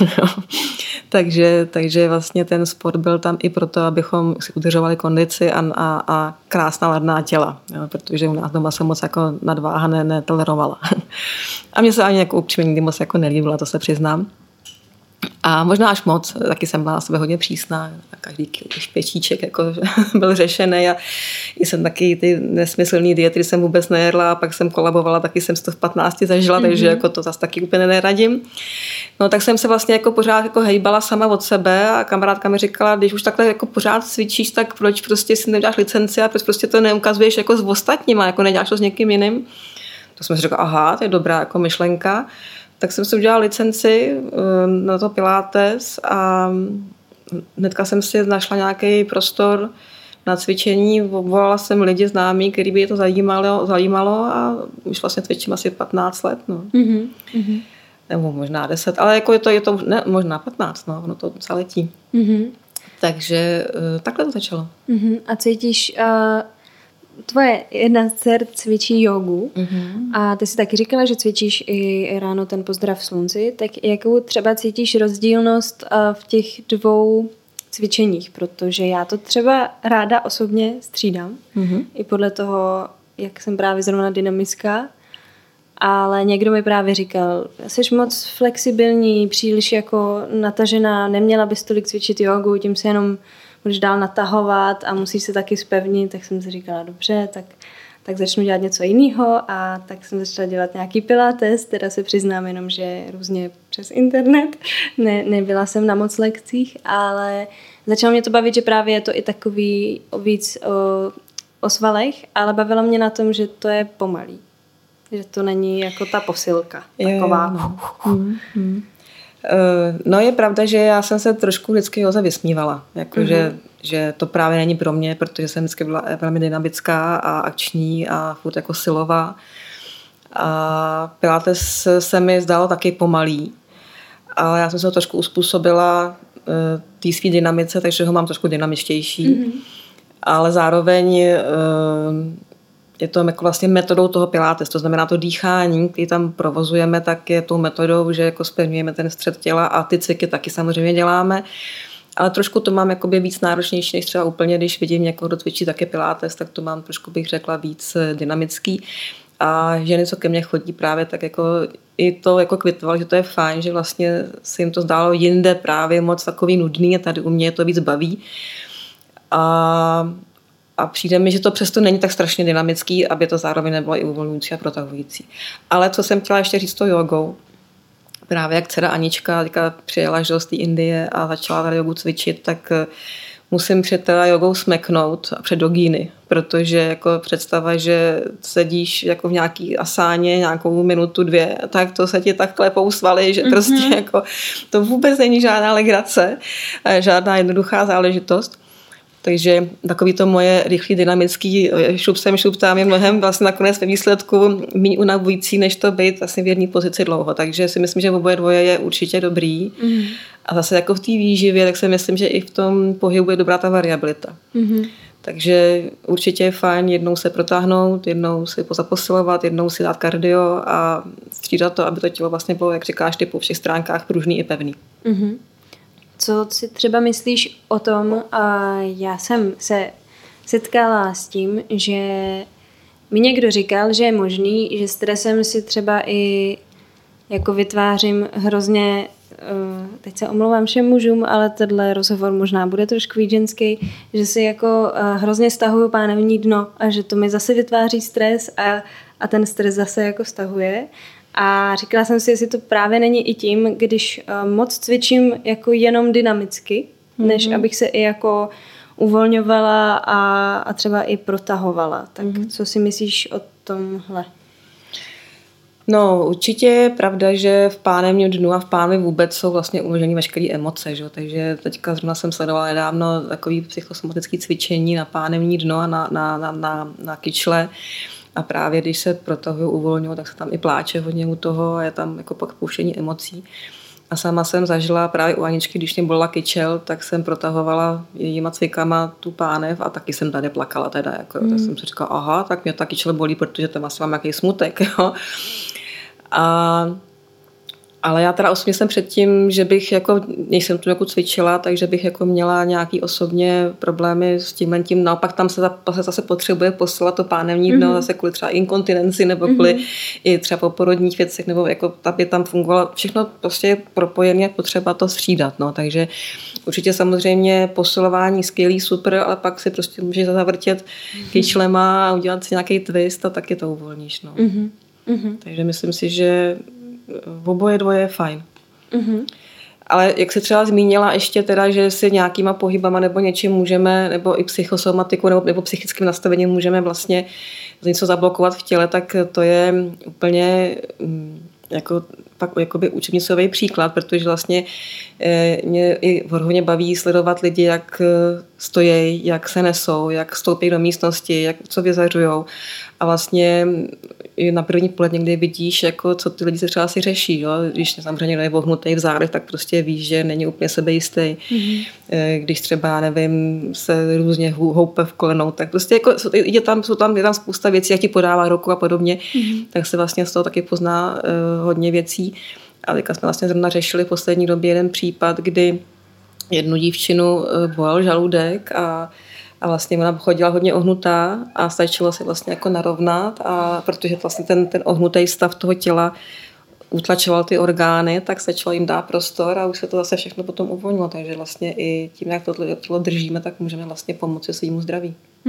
takže vlastně ten sport byl tam i proto, abychom si udržovali kondici a krásná ladná těla, jo, protože u nás doma se moc jako nadváha netolerovala. A mně se ani jako upřímně nikdy moc jako nelíbila, to se přiznám. A možná až moc, taky jsem byla na sebe hodně přísná a každý špečíček jako byl řešený a jsem taky ty nesmyslný diety jsem vůbec nejedla a pak jsem kolabovala, taky jsem to v 15 zažila, takže jako to zase taky úplně neradím. No tak jsem se vlastně jako pořád jako hejbala sama od sebe a kamarádka mi říkala, když už takhle jako pořád cvičíš, tak proč prostě si neuděláš licenci a proč prostě to neukazuješ jako s ostatníma, jako neděláš to s někým jiným. To jsem si řekla, aha, to je dobrá jako myšlenka. Tak jsem si udělala licenci na to Pilates a hnedka jsem si našla nějaký prostor na cvičení, volala jsem lidi známí, který by je to zajímalo a už vlastně cvičím asi 15 let. No. Mm-hmm. Nebo možná 10, ale jako je to ne, možná 15, no, ono to docela letí. Mm-hmm. Takže takhle to začalo. Mm-hmm. A cítíš... Tvoje jedna z dcer cvičí jogu a ty si taky říkala, že cvičíš i ráno ten pozdrav slunci, tak jakou třeba cítíš rozdílnost v těch dvou cvičeních, protože já to třeba ráda osobně střídám, i podle toho, jak jsem právě zrovna dynamická, ale někdo mi právě říkal, jsi moc flexibilní, příliš jako natažená, neměla bys tolik cvičit jogu, tím se jenom budeš dál natahovat a musíš se taky zpevnit, tak jsem si říkala, dobře, tak začnu dělat něco jiného a tak jsem začala dělat nějaký pilates, teda se přiznám jenom, že různě přes internet, nebyla jsem na moc lekcích, ale začalo mě to bavit, že právě je to i takový víc o svalech, ale bavilo mě na tom, že to je pomalý, že to není jako ta posilka, taková. No je pravda, že já jsem se trošku vždycky Joze vysmívala, že to právě není pro mě, protože jsem vždycky byla velmi dynamická a akční a furt jako silová. A Pilates se mi zdalo taky pomalý, ale já jsem se ho trošku uspůsobila té svý dynamice, takže ho mám trošku dynamičtější. Ale zároveň je to jako vlastně metodou toho Pilates, to znamená to dýchání, který tam provozujeme, tak je tou metodou, že jako zpevňujeme ten střed těla a ty cviky taky samozřejmě děláme, ale trošku to mám jakoby víc náročnější, než třeba úplně, když vidím někoho, kdo cvičí taky Pilates, tak to mám trošku, bych řekla, víc dynamický. A ženy, co ke mně chodí právě, tak jako i to jako kvitoval, že to je fajn, že vlastně se jim to zdálo jinde právě moc takový nudný a tady u mě to víc baví. A přijde mi, že to přesto není tak strašně dynamický, aby to zároveň nebylo i uvolňující a protahující. Ale co jsem chtěla ještě říct s tou jogou, právě jak dcera Anička teďka přijela z té Indie a začala tady jogu cvičit, tak musím před teda jogou smeknout a před jogíny, protože jako představa, že sedíš jako v nějaký asáně nějakou minutu, 2, tak to se ti tak klepou svaly, že prostě jako to vůbec není žádná legrace, žádná jednoduchá záležitost. Takže takový to moje rychlý dynamický šup tam je mnohem vlastně nakonec ve výsledku méně unavující, než to být vlastně v jedné pozici dlouho. Takže si myslím, že oboje dvoje je určitě dobrý. A zase jako v té výživě, tak si myslím, že i v tom pohybu je dobrá ta variabilita. Takže určitě je fajn jednou se protáhnout, jednou si pozaposilovat, jednou si dát kardio a střídat to, aby to tělo vlastně bylo, jak říkáš, ty po všech stránkách pružný i pevný. Co si třeba myslíš o tom, já jsem se setkala s tím, že mi někdo říkal, že je možný, že stresem si třeba i jako vytvářím hrozně, teď se omlouvám všem mužům, ale tenhle rozhovor možná bude trošku víc ženský, že si jako hrozně stahuju pánevní dno a že to mi zase vytváří stres a ten stres zase jako stahuje. A říkala jsem si, jestli to právě není i tím, když moc cvičím jako jenom dynamicky, než abych se i jako uvolňovala a třeba i protahovala. Tak co si myslíš o tomhle? No, určitě je pravda, že v pánevním dnu a v pánvi vůbec jsou vlastně uložené veškeré emoce. Že? Takže teďka zrovna jsem sledovala nedávno takový psychosomatické cvičení na pánevní dno a na kyčle. A právě když se protahují, uvolňují, tak se tam i pláče hodně u toho a je tam jako pak pouštění emocí. A sama jsem zažila právě u Aničky, když mě bolela kyčel, tak jsem protahovala jejíma cvikama tu pánev a taky jsem tady plakala teda. Jako, tak jsem si říkala, aha, tak mě ta kyčel bolí, protože tam asi mám nějaký smutek. Jo. Ale já teda osobně jsem předtím, že bych jako, než jsem tu jako cvičila, takže bych jako měla nějaký osobně problémy s tím. Naopak tam se zase potřebuje poslat to pánevní dno, zase kvůli třeba inkontinenci nebo kvůli i třeba poporodních věcech, nebo jako aby tam fungovalo. Všechno prostě je propojené, potřeba to střídat. No. Takže určitě samozřejmě posilování skvělý, super, ale pak si prostě můžeš zavrtět kyčlema a udělat si nějaký twist a taky to uvolníš. No. Takže myslím si, že oboje dvoje je fajn. Ale jak se třeba zmínila ještě teda, že si nějakýma pohybama nebo něčím můžeme, nebo i psychosomatikou nebo psychickým nastavením můžeme vlastně něco zablokovat v těle, tak to je úplně jako pak jakoby učebnicový příklad, protože vlastně mě i hodně baví sledovat lidi, jak stojí, jak se nesou, jak stoupí do místnosti, jak co vyzařujou. A vlastně na první pohled někdy vidíš, jako, co ty lidi se třeba si řeší. Jo? Když samozřejmě je vohnutý v zádech, tak prostě víš, že není úplně sebejistý. Když třeba, nevím, se různě houpe v kolenou, tak prostě jako, je tam spousta věcí, jak ti podává ruku a podobně, tak se vlastně z toho taky pozná hodně věcí. A teďka jsme vlastně zrovna řešili v poslední době jeden případ, kdy jednu dívčinu bolel žaludek a vlastně ona chodila hodně ohnutá a stačilo se vlastně jako narovnat a protože vlastně ten ohnutý stav toho těla utlačoval ty orgány, tak stačilo jim dát prostor a už se to zase všechno potom uvolnilo. Takže vlastně i tím, jak to držíme, tak můžeme vlastně pomoci svému zdraví.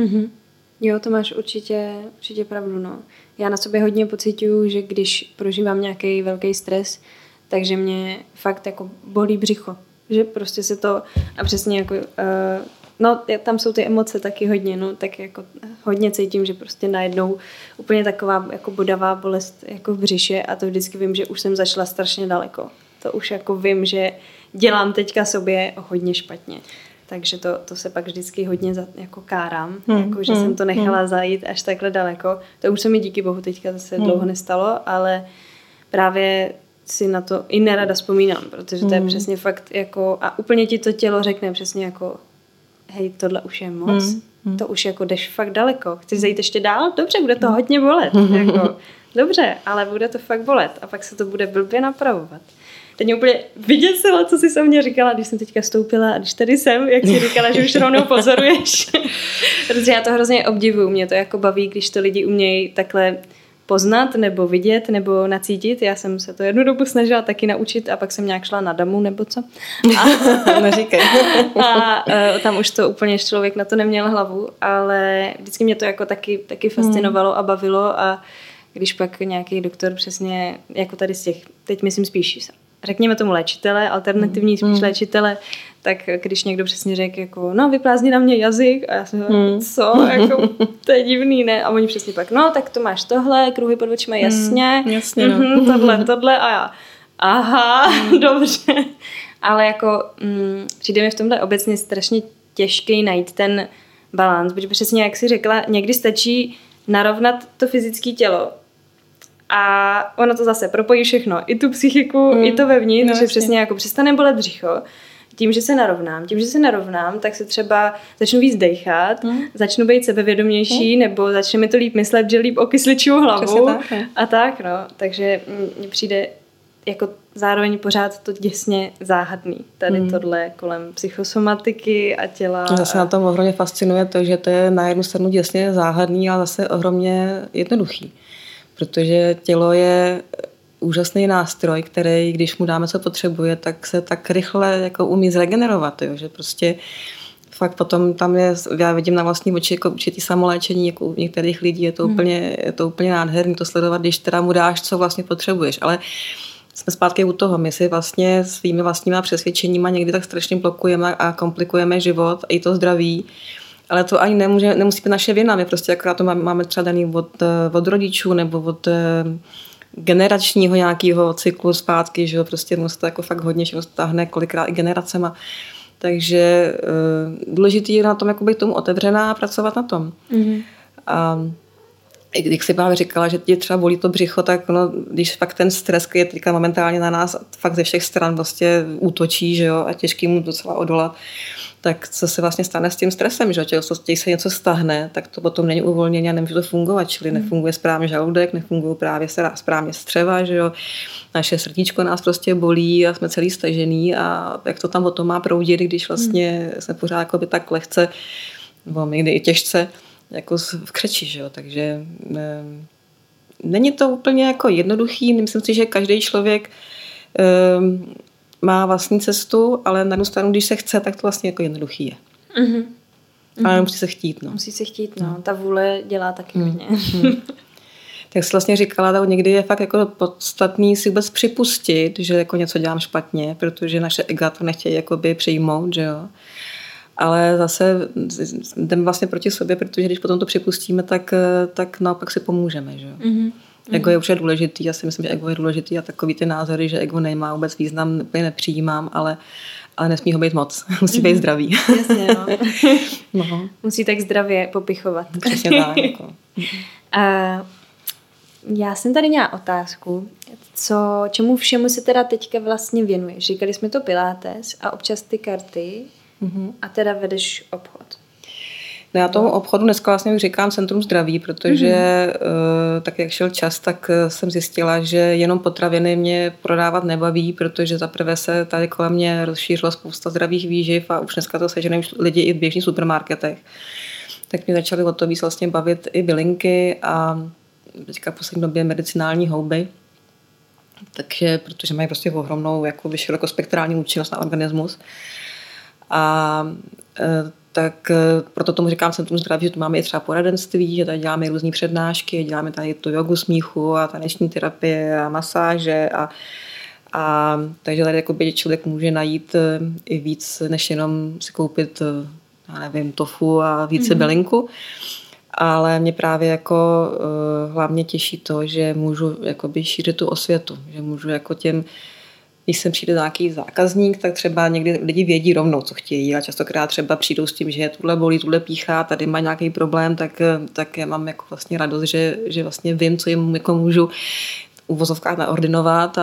Jo, to máš určitě pravdu. No. Já na sobě hodně pociťuju, že když prožívám nějaký velký stres, takže mě fakt jako bolí břicho. Že prostě se to a přesně jako no, tam jsou ty emoce taky hodně, no, tak jako hodně cítím, že prostě najednou úplně taková jako bodavá bolest jako v břiše a to vždycky vím, že už jsem zašla strašně daleko. To už jako vím, že dělám teďka sobě hodně špatně. Takže to se pak vždycky hodně jako kárám, jako, že jsem to nechala zajít až takhle daleko. To už se mi díky bohu teďka zase dlouho nestalo, ale právě si na to i nerada vzpomínám, protože to je přesně fakt jako a úplně ti to tělo řekne přesně jako hej, tohle už je moc, to už jako jdeš fakt daleko. Chceš zajít ještě dál? Dobře, bude to hodně bolet. Jako, dobře, ale bude to fakt bolet a pak se to bude blbě napravovat. Teď mě úplně vyděsilo, co jsi se mně říkala, když jsem teďka vstoupila a když tady jsem, jak jsi říkala, že už rovnou pozoruješ. Protože já to hrozně obdivuju, mě to jako baví, když to lidi umějí takhle poznat nebo vidět nebo nacítit. Já jsem se to jednu dobu snažila taky naučit a pak jsem nějak šla na damu nebo co. Neříkej. A tam už to úplně člověk na to neměl hlavu, ale vždycky mě to jako taky fascinovalo a bavilo a když pak nějaký doktor přesně, jako tady z těch, teď myslím spíš, řekněme tomu léčitele, alternativní spíš léčitele, tak když někdo přesně řekl, jako, no, vyprázdni na mě jazyk a já jsem co, jako, to je divný, ne? A oni přesně pak, no, tak to máš tohle, kruhy pod očima, jasně, tohle a já, aha, dobře. Ale jako přijde mi v tomhle obecně strašně těžký najít ten balans, protože přesně jak jsi řekla, někdy stačí narovnat to fyzické tělo, a ono to zase propojí všechno, i tu psychiku, i to vevnitř, takže přesně jako přestane bolet břicho, tím, že se narovnám, tak se třeba začnu víc dejchat, začnu být sebevědomější, nebo začne mi to líp myslet, že líp okysličuju hlavu a tak, no. Takže mně přijde jako zároveň pořád to děsně záhadný. Tady tohle kolem psychosomatiky a těla. Zase na tom ohromně fascinuje to, že to je na jednu stranu děsně záhadný, ale zase ohromně jednoduchý. Protože tělo je úžasný nástroj, který, když mu dáme, co potřebuje, tak se tak rychle jako umí zregenerovat. Jo? Že prostě fakt potom tam je, já vidím na vlastní oči jako určitý samoléčení, jako u některých lidí je to úplně nádherný to sledovat, když teda mu dáš, co vlastně potřebuješ. Ale jsme zpátky u toho. My si vlastně svými vlastníma přesvědčeníma někdy tak strašně blokujeme a komplikujeme život i to zdraví. Ale to ani nemusí být naše vina. My prostě akorát to máme třeba daný od rodičů nebo od generačního nějakého cyklu zpátky, že jo, prostě se to jako fakt hodně stáhne kolikrát i generacema. Takže důležitý je na tom jako být tomu otevřená a pracovat na tom. A když si právě říkala, že tě třeba bolí to břicho, tak no, když fakt ten stres je teďka momentálně na nás fakt ze všech stran vlastně útočí, že jo, a těžký mu docela odolat, tak co se vlastně stane s tím stresem, že těch se něco stahne, tak to potom není uvolnění a nemůže to fungovat, čili nefunguje správně žaludek, nefungují právě správně střeva, že jo, naše srdíčko nás prostě bolí a jsme celý stažený a jak to tam o tom má proudit, když vlastně jsme pořád jako by tak lehce, nebo někdy i těžce, jako v křeči, že jo, takže není to úplně jako jednoduchý, myslím si, že každý člověk má vlastní cestu, ale na jednu stranu, když se chce, tak to vlastně jako jednoduchý je. Ale musí se chtít. No. Musí se chtít, no. Ta vůle dělá taky hodně. Tak jsi vlastně říkala, že někdy je fakt jako podstatný si vůbec připustit, že jako něco dělám špatně, protože naše ega to nechtějí jakoby přijmout, že jo. Ale zase jdeme vlastně proti sobě, protože když potom to připustíme, tak naopak si pomůžeme, že jo. Ego je určitě důležitý, já si myslím, že ego je důležitý a takový ty názory, že ego nemá vůbec význam, úplně nepřijímám, ale nesmí ho být moc. Musí být zdravý. Jasně, no. No. Musí tak zdravě popichovat. Přesně tak. Jako. Já jsem tady měla otázku, čemu všemu se teda teďka vlastně věnuješ? Říkali jsme to Pilates a občas ty karty a teda vedeš obchod. No já tomu obchodu dneska vlastně říkám Centrum zdraví, protože tak jak šel čas, tak jsem zjistila, že jenom potraviny mě prodávat nebaví, protože zaprvé se tady kolem mě rozšířila spousta zdravých výživ a už dneska to seženou lidi i v běžných supermarketech. Tak mě začaly o to víc vlastně bavit i bylinky a teďka v poslední době medicinální houby. Takže, protože mají prostě ohromnou jako širokospektrální účinnost na organismus. A tak proto tomu říkám Centrum zdraví, že tu máme i třeba poradenství, že tady děláme různé přednášky, děláme tady tu jogu smíchu a taneční terapie a masáže a takže tady jakoby člověk může najít i víc, než jenom si koupit, já nevím, tofu a více bylinku. Ale mě právě jako hlavně těší to, že můžu jakoby šířit tu osvětu, že můžu jako těm, když sem přijde nějaký zákazník, tak třeba někdy lidi vědí rovnou, co chtějí a častokrát třeba přijdou s tím, že je tuhle bolí, tuhle píchá, tady má nějaký problém, tak já mám jako vlastně radost, že vlastně vím, co jim jako můžu v uvozovkách naordinovat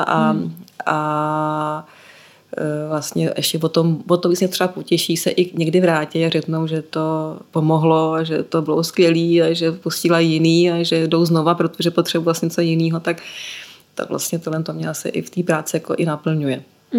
a vlastně ještě o to víc třeba potěší se i někdy vrátí a řeknou, že to pomohlo a že to bylo skvělý a že posílají jiný a že jdou znova, protože potřebují vlastně něco jiného, tak vlastně tohle to mě asi i v té práci jako i naplňuje.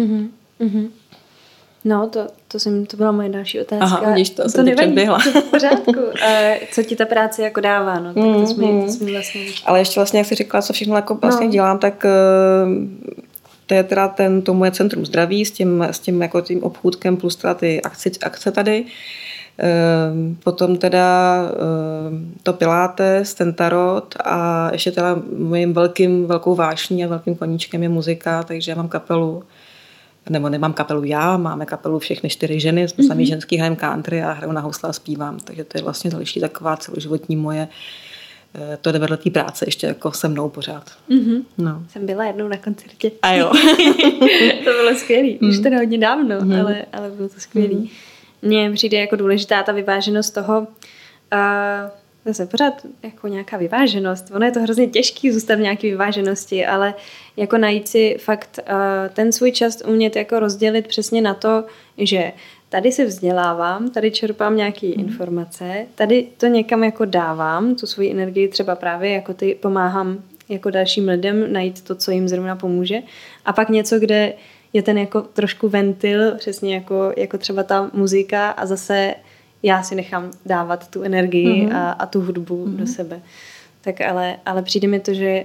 No, to byla moje další otázka. Aha, vidíš, to jsem tě předběhla. To v pořádku. Co ti ta práce jako dává? No, tak to jsme vlastně... Ale ještě vlastně, jak jsi říkala, co všechno jako vlastně dělám, tak to je teda to moje Centrum zdraví s tím jako tím obchůdkem plus teda ty akce tady. Potom teda to Pilates, ten tarot a ještě teda mojím velkou vášní a velkým koníčkem je muzika, takže já mám kapelu, nebo nemám kapelu já, máme kapelu všechny 4 ženy, jsme sami ženský, hrajem country a hraju na housle a zpívám, takže to je vlastně další taková celoživotní moje, to jde vedle té práce ještě jako se mnou pořád. No. Jsem byla jednou na koncertě. A jo. To bylo skvělý, už teda hodně dávno, ale bylo to skvělý. Mně přijde jako důležitá ta vyváženost toho, zase pořád jako nějaká vyváženost. Ono je to hrozně těžký zůstat v nějaké vyváženosti, ale jako najít si fakt ten svůj čas umět jako rozdělit přesně na to, že tady se vzdělávám, tady čerpám nějaké informace, tady to někam jako dávám, tu svoji energii třeba právě jako ty pomáhám jako dalším lidem najít to, co jim zrovna pomůže. A pak něco, kde je ten jako trošku ventil, přesně jako třeba ta muzika a zase já si nechám dávat tu energii a tu hudbu do sebe. Tak ale přijde mi to, že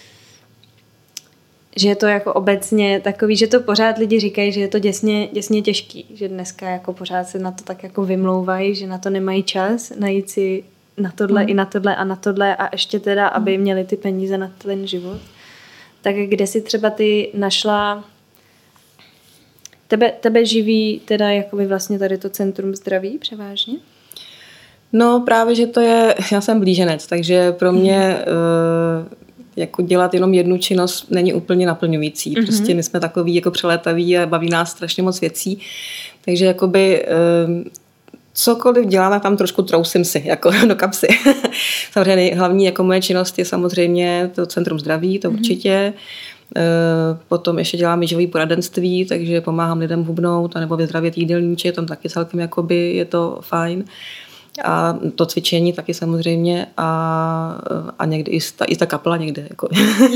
je to jako obecně takový, že to pořád lidi říkají, že je to děsně těžký, že dneska jako pořád se na to tak jako vymlouvají, že na to nemají čas najít si na tohle i na tohle a na tohle a ještě teda, aby měli ty peníze na ten život. Tak kde si třeba ty našla Tebe živí teda jakoby vlastně tady to Centrum zdraví převážně? No právě, že to je, já jsem blíženec, takže pro mě jako dělat jenom jednu činnost není úplně naplňující. Prostě my jsme takový jako přelétaví a baví nás strašně moc věcí, takže jakoby cokoliv děláme, tam trošku trousím si jako do kapsy. Samozřejmě hlavní jako moje činnost je samozřejmě to Centrum zdraví, to určitě. Potom ještě dělám výživové poradenství, takže pomáhám lidem hubnout anebo vyzdravět jídelníček, tam taky celkem jakoby je to fajn. A to cvičení taky samozřejmě a někdy i ta kapela někde jako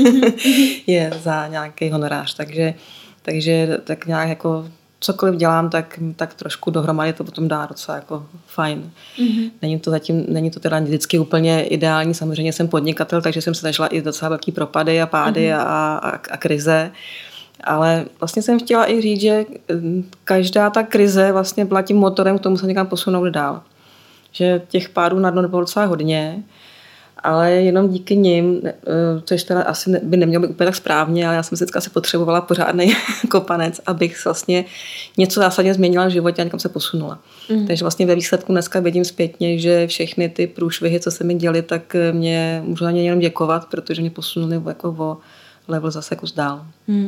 je za nějaký honorář, takže tak nějak jako cokoliv dělám, tak trošku dohromady to potom dá docela jako fajn. Není to teda vždycky úplně ideální, samozřejmě jsem podnikatel, takže jsem se zažila i docela velký propady a pády a krize. Ale vlastně jsem chtěla i říct, že každá ta krize vlastně byla tím motorem, k tomu se někam posunout dál. Že těch pádů na dno nebylo docela hodně, ale jenom díky nim, což teda asi by nemělo být úplně tak správně, ale já jsem si asi potřebovala pořádnej kopanec, abych vlastně něco zásadně změnila v životě a někam se posunula. Takže vlastně ve výsledku dneska vidím zpětně, že všechny ty průšvihy, co se mi děly, tak mě můžu na ně jenom děkovat, protože mě posunuli jako o level zase kus dál.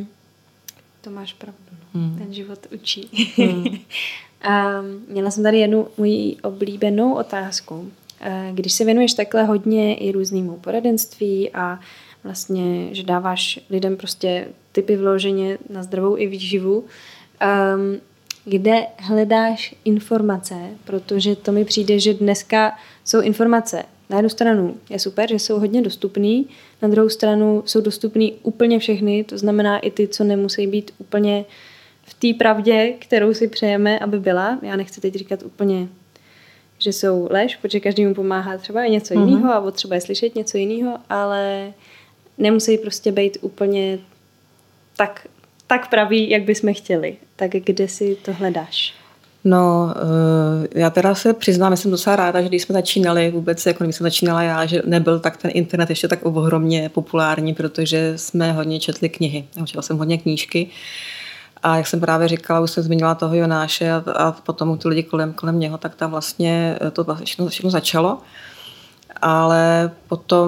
To máš pravdu. Ten život učí. A měla jsem tady jednu moji oblíbenou otázku. Když se věnuješ takhle hodně i různému poradenství a vlastně, že dáváš lidem prostě tipy vloženě na zdravou i výživu, kde hledáš informace, protože to mi přijde, že dneska jsou informace. Na jednu stranu je super, že jsou hodně dostupný, na druhou stranu jsou dostupný úplně všechny, to znamená i ty, co nemusí být úplně v té pravdě, kterou si přejeme, aby byla. Já nechci teď říkat úplně, že jsou lež, protože každému pomáhá třeba i něco jiného a třeba je slyšet něco jiného, ale nemusí prostě být úplně tak pravý, jak bychom chtěli. Tak kde si to hledáš? No, já teda se přiznám, jsem docela ráda, že když jsme začínali vůbec, jako když jsem začínala já, že nebyl tak ten internet ještě tak ohromně populární, protože jsme hodně četli knihy. Já četla jsem hodně knížky a jak jsem právě říkala, už jsem zmínila toho Jonáše a potom ty lidi kolem něho, tak tam vlastně to všechno začalo. Ale potom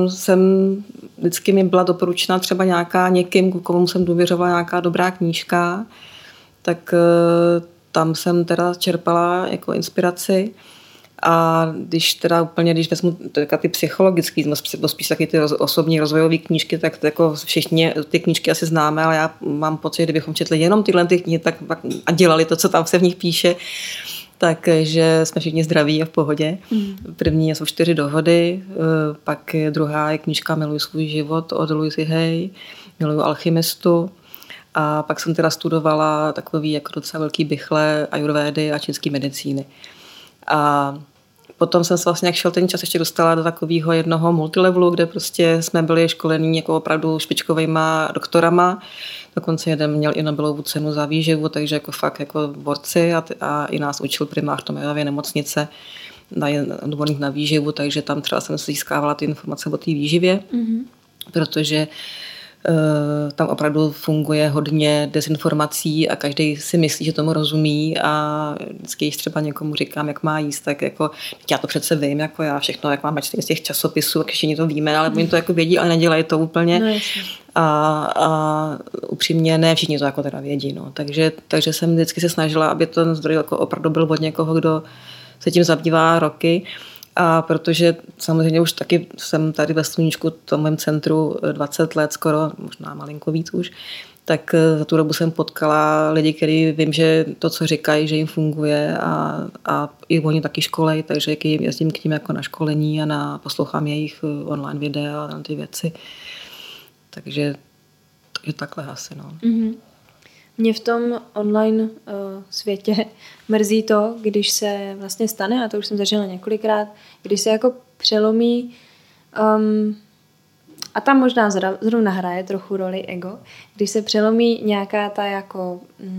vždycky mi byla doporučena třeba někým, komu jsem důvěřovala, nějaká dobrá knížka, tak tam jsem teda čerpala jako inspiraci a když vezmu ty psychologické, spíš taky ty osobní rozvojové knížky, tak jako všichni ty knížky asi známe, ale já mám pocit, že kdybychom četli jenom tyhle knihy a dělali to, co tam se v nich píše, takže jsme všichni zdraví a v pohodě. První jsou 4 dohody, pak druhá je knížka Miluji svůj život od Louise Hay, Miluji alchymistu. A pak jsem teda studovala takový jako docela velký bychle ajurvédy a čínské medicíny. A potom jsem se vlastně, jak šel ten čas, ještě dostala do takového jednoho multilevelu, kde prostě jsme byli školení jako opravdu špičkovejma doktorama. Dokonce jeden měl i Nobelovu cenu za výživu, takže jako fakt jako borci a i nás učil primář Tomayově nemocnice odborník na výživu, takže tam třeba jsem si získávala ty informace o té výživě, protože tam opravdu funguje hodně dezinformací a každý si myslí, že tomu rozumí a vždycky, když třeba někomu říkám, jak má jíst, tak jako, já to přece vím, jako já všechno, jak mám z těch časopisů, jak všichni to víme, ale oni to jako vědí, ale nedělají to úplně. No, a upřímně ne všichni to jako teda vědí. No. Takže jsem vždycky se snažila, aby ten zdroj jako opravdu byl od někoho, kdo se tím zabývá roky. A protože samozřejmě už taky jsem tady ve Sluníčku, v tom mém centru 20 let skoro, možná malinko víc už, tak za tu dobu jsem potkala lidi, kteří vím, že to, co říkají, že jim funguje a i oni taky školej, takže jezdím k ním jako na školení a poslouchám jejich online videa a ty věci. Takže takhle asi. No. Mě v tom online světě mrzí to, když se vlastně stane, a to už jsem zažila několikrát, když se jako přelomí a tam možná zrovna hraje trochu roli ego, když se přelomí nějaká ta jako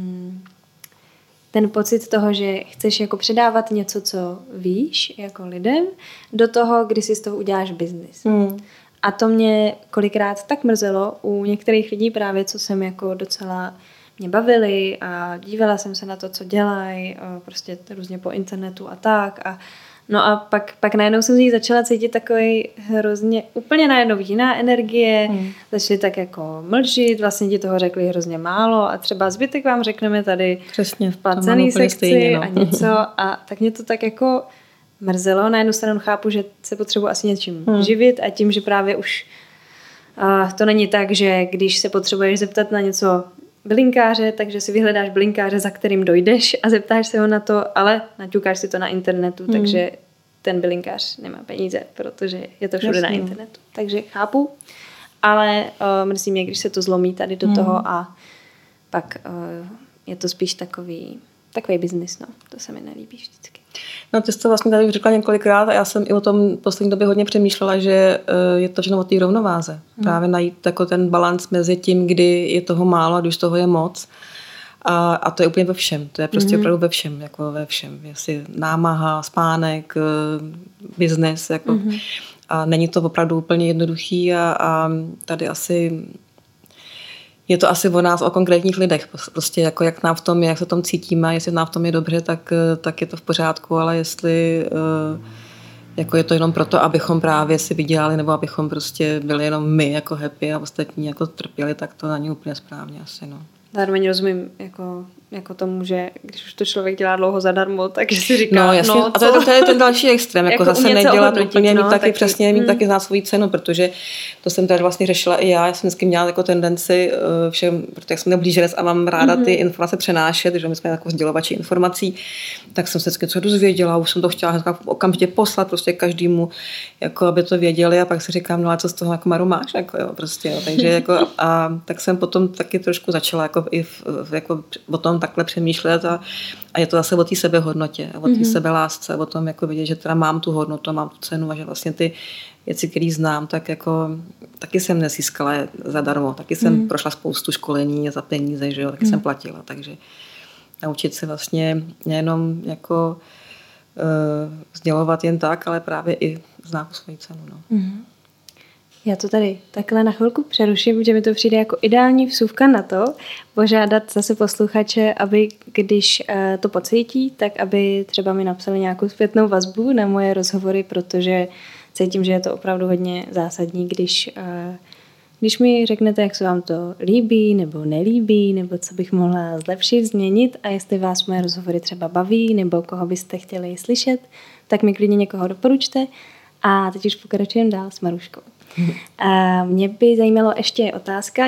ten pocit toho, že chceš jako předávat něco, co víš jako lidem, do toho, kdy si z toho uděláš biznis. A to mě kolikrát tak mrzelo u některých lidí právě, co jsem jako docela mě bavili a dívala jsem se na to, co dělají, prostě různě po internetu a tak. No a pak najednou jsem z ní začala cítit takový hrozně, úplně najednou jiná energie, začali tak jako mlčit, vlastně ti toho řekli hrozně málo a třeba zbytek vám řekneme tady přesně, v placený sekci stejně, no. A něco a tak mě to tak jako mrzelo. Na jednu stranu chápu, že se potřebuji asi něčím živit a tím, že právě už To není tak, že když se potřebuješ zeptat na něco bylinkáře, takže si vyhledáš bylinkáře, za kterým dojdeš a zeptáš se ho na to, ale naťukáš si to na internetu, takže ten bylinkář nemá peníze, protože je to všude na internetu. Takže chápu, ale mrzí mě, když se to zlomí tady do toho a pak je to spíš takový biznis, no. To se mi nelíbí vždycky. No, ty jsi to vlastně tady už řekla několikrát a já jsem i o tom poslední době hodně přemýšlela, že je to všechno o té rovnováze. Právě najít jako ten balanc mezi tím, kdy je toho málo a když toho je moc. A to je úplně ve všem. To je prostě opravdu ve všem. Jako ve všem. Jestli námaha, spánek, biznes. Jako. A není to opravdu úplně jednoduchý a tady asi je to asi o nás, o konkrétních lidech. Prostě jako jak nám v tom je, jak se tom cítíme, jestli nám v tom je dobře, tak je to v pořádku, ale jestli jako je to jenom proto, abychom právě si vydělali, nebo abychom prostě byli jenom my jako happy a ostatní jako trpěli, tak to není úplně správně asi, no. Zároveň rozumím jako tomu, že když už to člověk dělá dlouho zadarmo, takže si říká, no jasně, a to je ten další extrém, jako zase nedělat úplně, mít taky taky. Přesně, mít taky znát svou cenu, protože to jsem tady vlastně řešila i já jsem vždycky měla jako tendenci všem, protože jsem neblíženec a mám ráda ty informace přenášet, že my jsme jako sdělovači informací, tak jsem se vždycky něco dozvěděla, už jsem to chtěla okamžitě poslat prostě každému, jako aby to věděli a pak si říkám, no a co z toho jako Maru máš, jako jo, prostě, jo. Takže jako a tak jsem potom taky trošku začala jako i jako o tom takhle přemýšlet a je to zase o té sebehodnotě, o té sebelásce, o tom jako vidět, že teda mám tu hodnotu, mám tu cenu a že vlastně ty věci, které znám, tak jako taky jsem nezískala zadarmo, taky jsem prošla spoustu školení za peníze, že jo, taky jsem platila, takže naučit se vlastně nejenom jako sdělovat jen tak, ale právě i znát svoji cenu, no. Já to tady takhle na chvilku přeruším, že mi to přijde jako ideální vsuvka na to, požádat zase posluchače, aby když to pocítí, tak aby třeba mi napsali nějakou zpětnou vazbu na moje rozhovory, protože cítím, že je to opravdu hodně zásadní, když mi řeknete, jak se vám to líbí nebo nelíbí, nebo co bych mohla zlepšit, změnit a jestli vás moje rozhovory třeba baví, nebo koho byste chtěli slyšet, tak mi klidně někoho doporučte. A teď už pokračujeme dál s Maruškou. Mě by zajímalo ještě otázka,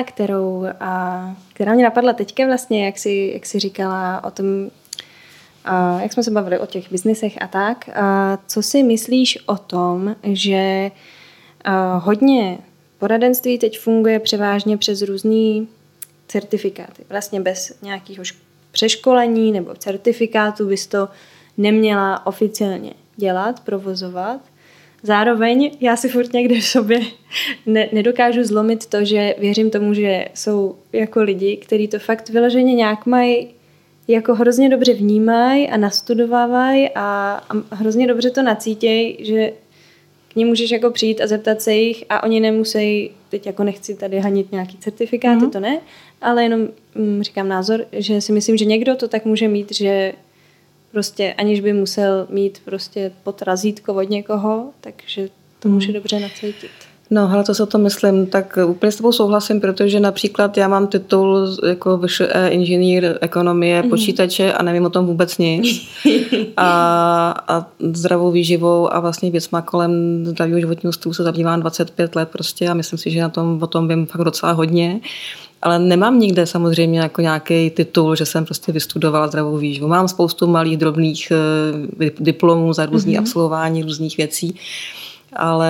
která mě napadla teďka vlastně, jak jsi říkala o tom, jak jsme se bavili o těch biznisech a tak. Co si myslíš o tom, že hodně poradenství teď funguje převážně přes různý certifikáty. Vlastně bez nějakého přeškolení nebo certifikátu bys to neměla oficiálně dělat, provozovat. Zároveň já si furt někde v sobě nedokážu zlomit to, že věřím tomu, že jsou jako lidi, kteří to fakt vyloženě nějak mají, jako hrozně dobře vnímají a nastudovávají a hrozně dobře to nacítějí, že k nim můžeš jako přijít a zeptat se jich a oni nemusí, teď jako nechci tady hanit nějaký certifikáty, to ne, ale jenom říkám názor, že si myslím, že někdo to tak může mít, že prostě aniž by musel mít prostě pod razítko od někoho, takže to může dobře nacítit. No, hele, to se o tom myslím, tak úplně s tebou souhlasím, protože například já mám titul jako inženýr ekonomie, počítače a nevím o tom vůbec nic. A zdravou výživou a vlastně věcma kolem zdravého životního stylu se zabývám 25 let prostě a myslím si, že o tom vím fakt docela hodně. Ale nemám nikde samozřejmě jako nějaký titul, že jsem prostě vystudovala zdravou výživu. Mám spoustu malých, drobných diplomů za různý absolvování různých věcí, ale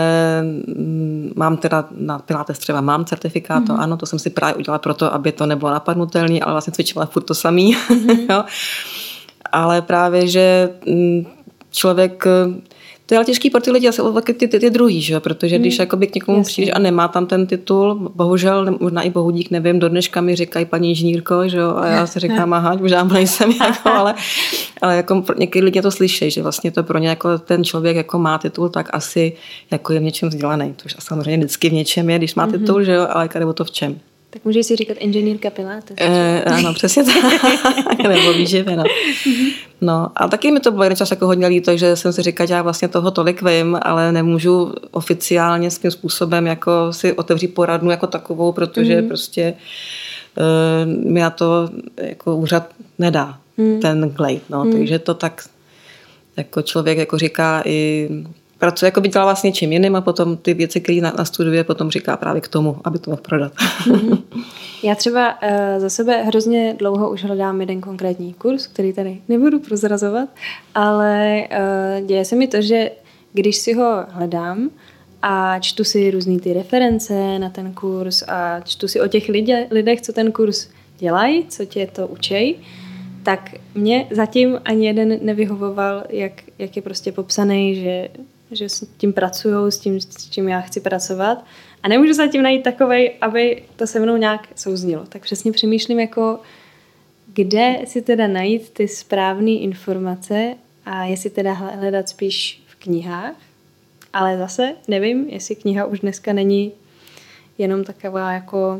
mám teda na Pilates třeba mám certifikát, ano, to jsem si právě udělala proto, aby to nebylo napadnutelné, ale vlastně cvičila furt to samý. Jo. Ale právě, že člověk, to je ale těžký pro ty lidi, asi ty druhý, že? Protože když jakoby k někomu přijdeš a nemá tam ten titul, bohužel, možná i bohudík, nevím, do dneška mi říkají paní inženýrko, že jo, a já si říkám, aha, možná nejsem, jako, ale jako někdy lidi to slyší, že vlastně to pro ně jako ten člověk jako má titul, tak asi jako je v něčem vzdělaný, což samozřejmě vždycky v něčem je, když má titul, že jo, ale nebo to v čem. Tak můžeš si říkat inženýrka Pilates. Ano, přesně tak. Nebo výživy, no. No, a taky mi to bylo jeden čas jako hodně líto, že jsem si říkala, že já vlastně toho tolik vím, ale nemůžu oficiálně s tím způsobem jako si otevřít poradnu jako takovou, protože prostě mi na to jako úřad nedá ten glejt, no. Takže to tak jako člověk jako říká i pracuje, jako by dělala vlastně čím jiným a potom ty věci, které nastuduje, potom říká právě k tomu, aby to mohl prodat. Já třeba za sebe hrozně dlouho už hledám jeden konkrétní kurz, který tady nebudu prozrazovat, ale děje se mi to, že když si ho hledám a čtu si různý ty reference na ten kurz a čtu si o těch lidech, co ten kurz dělají, co tě to učej, tak mě zatím ani jeden nevyhovoval, jak je prostě popsaný, že s tím pracujou, s čím já chci pracovat. A nemůžu zatím najít takovej, aby to se mnou nějak souznilo. Tak přesně přemýšlím, jako kde si teda najít ty správné informace a jestli teda hledat spíš v knihách. Ale zase nevím, jestli kniha už dneska není jenom taková jako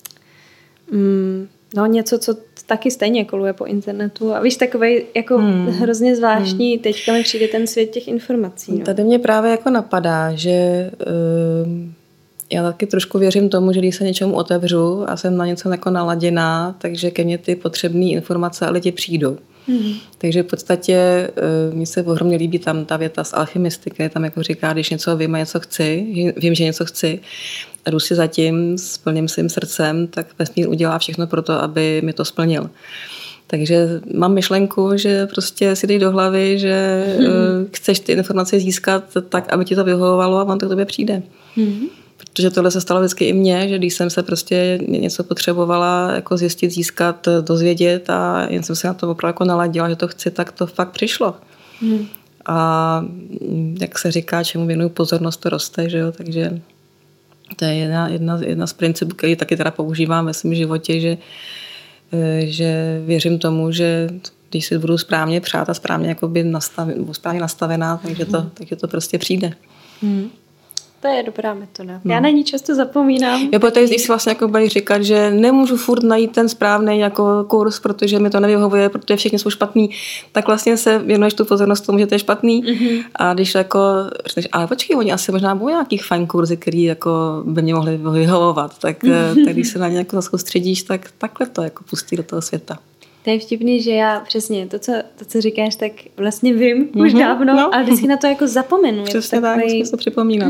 něco, co taky stejně koluje po internetu. A víš, takovej jako hrozně zvláštní, teďka mi přijde ten svět těch informací. No. Tady mě právě jako napadá, že já taky trošku věřím tomu, že když se něčemu otevřu a jsem na něco jako naladěná, takže ke mně ty potřebné informace a lidi přijdou. Takže v podstatě mně se ohromně líbí tam ta věta z alchymistiky, tam jako říká, když něco vím a něco chci, vím, že něco chci, a jdu si zatím s plným svým srdcem, tak vesmír udělá všechno pro to, aby mi to splnil. Takže mám myšlenku, že prostě si dej do hlavy, že chceš ty informace získat tak, aby ti to vyhovovalo a vám to k tobě přijde. Protože tohle se stalo vždycky i mně, že když jsem se prostě něco potřebovala jako zjistit, získat, dozvědět a jen jsem se na to opravdu jako naladila, že to chci, tak to fakt přišlo. A jak se říká, čemu věnuju pozornost, to roste, že jo, takže to je jedna z principů, který taky teda používám ve svém životě, že věřím tomu, že když si budu správně přát a správně nastavená, takže to prostě přijde. To je dobrá metoda. Já na ní často zapomínám. Jo, protože když si vlastně jako budeš říkat, že nemůžu furt najít ten správný jako kurz, protože mi to nevyhovuje, protože všichni jsou špatný, tak vlastně se věnuješ tu pozornost tomu, že to je špatný. A když jako řekneš, ale počkej, oni asi možná budou nějaký fajn kurzy, který jako by mě mohly vyhovovat, tak když se na ně jako soustředíš, tak takhle to jako pustí do toho světa. To je vtipný, že já přesně to, co říkáš, tak vlastně vím už dávno, ale vždycky na to jako zapomenu. Přesně tak, musím to připomínat.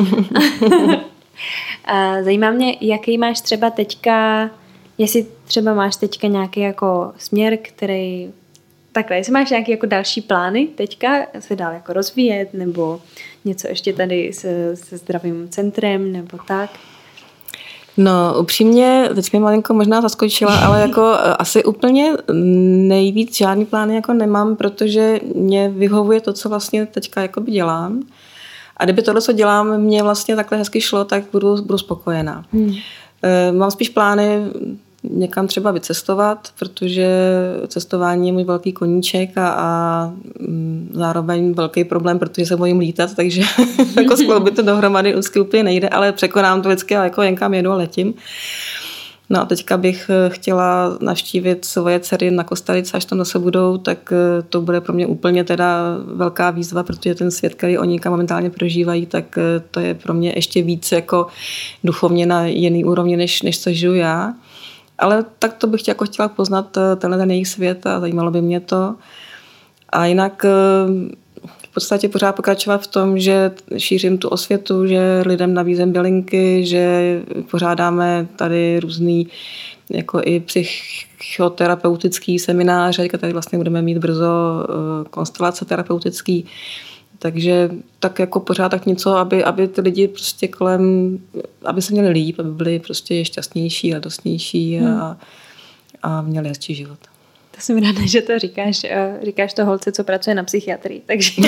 Zajímá mě, jaký máš třeba teďka, jestli třeba máš teďka nějaký jako směr, který takhle, jestli máš nějaké jako další plány teďka se dál jako rozvíjet, nebo něco ještě tady se zdravým centrem, nebo tak? No, upřímně, teď mě malinko možná zaskočila, ale jako asi úplně nejvíc žádný plány jako nemám, protože mě vyhovuje to, co vlastně teďka jakoby dělám. A kdyby tohle, co dělám, mě vlastně takhle hezky šlo, tak budu spokojená. Mám spíš plány někam třeba vycestovat, protože cestování je můj velký koníček a zároveň velký problém, protože se bojím lítat, takže jako skloubit to dohromady úplně nejde, ale překonám to vždycky a jako jen kam jedu a letím. No a teďka bych chtěla navštívit svoje dcery na Kostarice, až tam zase budou, tak to bude pro mě úplně teda velká výzva, protože ten svět, který oni momentálně prožívají, tak to je pro mě ještě víc jako duchovně na jiný úrovni, než co žiju já. Ale tak to bych jako chtěla poznat ten jejich svět a zajímalo by mě to. A jinak v podstatě pořád pokračovat v tom, že šířím tu osvětu, že lidem nabízím bylinky, že pořádáme tady různý jako i psychoterapeutický semináře, tady vlastně budeme mít brzo konstelace terapeutický. Takže tak jako pořád tak něco, aby ty lidi prostě kolem, aby se měli líp, aby byli prostě šťastnější, radostnější a měli hezčí život. To jsem ráda, že to říkáš. Říkáš to holce, co pracuje na psychiatrii. Takže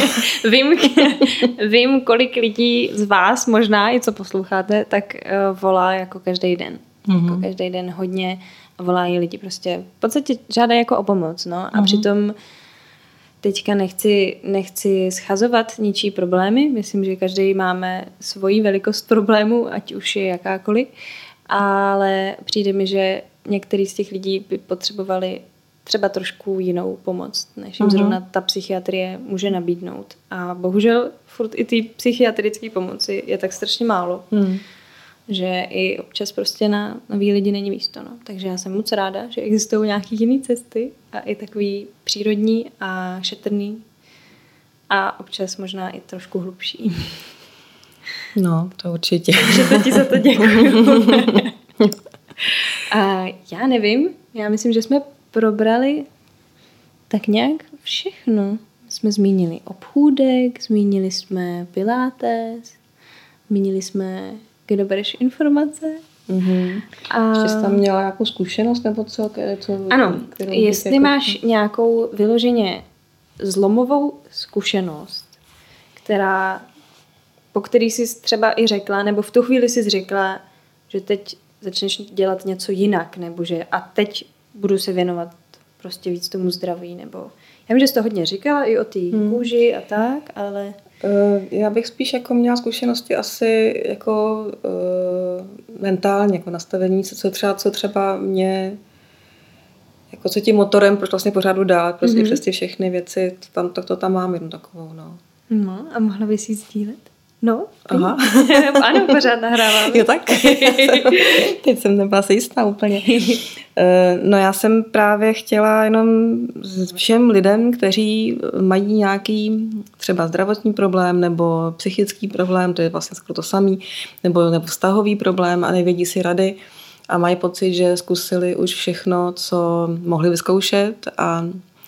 vím, kolik lidí z vás možná, i co posloucháte, tak volá jako každý den. Jako každý den hodně volají lidi prostě. V podstatě žádají jako o pomoc. No? A přitom teďka nechci schazovat ničí problémy. Myslím, že každý máme svoji velikost problému, ať už je jakákoliv. Ale přijde mi, že některý z těch lidí by potřebovali třeba trošku jinou pomoc, než jim zrovna ta psychiatrie může nabídnout. A bohužel furt i ty psychiatrické pomoci je tak strašně málo, že i občas prostě na nový lidi není místo. No. Takže já jsem moc ráda, že existují nějaké jiné cesty a i takový přírodní a šetrný a občas možná i trošku hlubší. No, to určitě. Že to ti za to děkuju. A já nevím, já myslím, že jsme probrali tak nějak všechno. Jsme zmínili obchůdek, zmínili jsme pilates, zmínili jsme, kde bereš informace. Mm-hmm. A ještě jsi tam měla nějakou zkušenost nebo co? Ano, jestli máš nějakou vyloženě zlomovou zkušenost, po který jsi třeba i řekla, nebo v tu chvíli jsi řekla, že teď začneš dělat něco jinak, nebo že a teď budu se věnovat prostě víc tomu zdraví, nebo já vím, že jsi to hodně říkala i o té kůži a tak, ale... Já bych spíš jako měla zkušenosti asi jako mentálně, jako nastavení, co třeba mě, jako co tím motorem, proč vlastně pořád jdu dál, prostě přes ty všechny věci, to tam mám jednu takovou, no. No a mohla bys jí sdílet? No, aha. Ano, pořád nahráváme. Jo, tak. Teď jsem nebyla si jistá úplně. No já jsem právě chtěla jenom všem lidem, kteří mají nějaký třeba zdravotní problém nebo psychický problém, to je vlastně skoro to samý, nebo vztahový problém a nevědí si rady a mají pocit, že zkusili už všechno, co mohli vyzkoušet a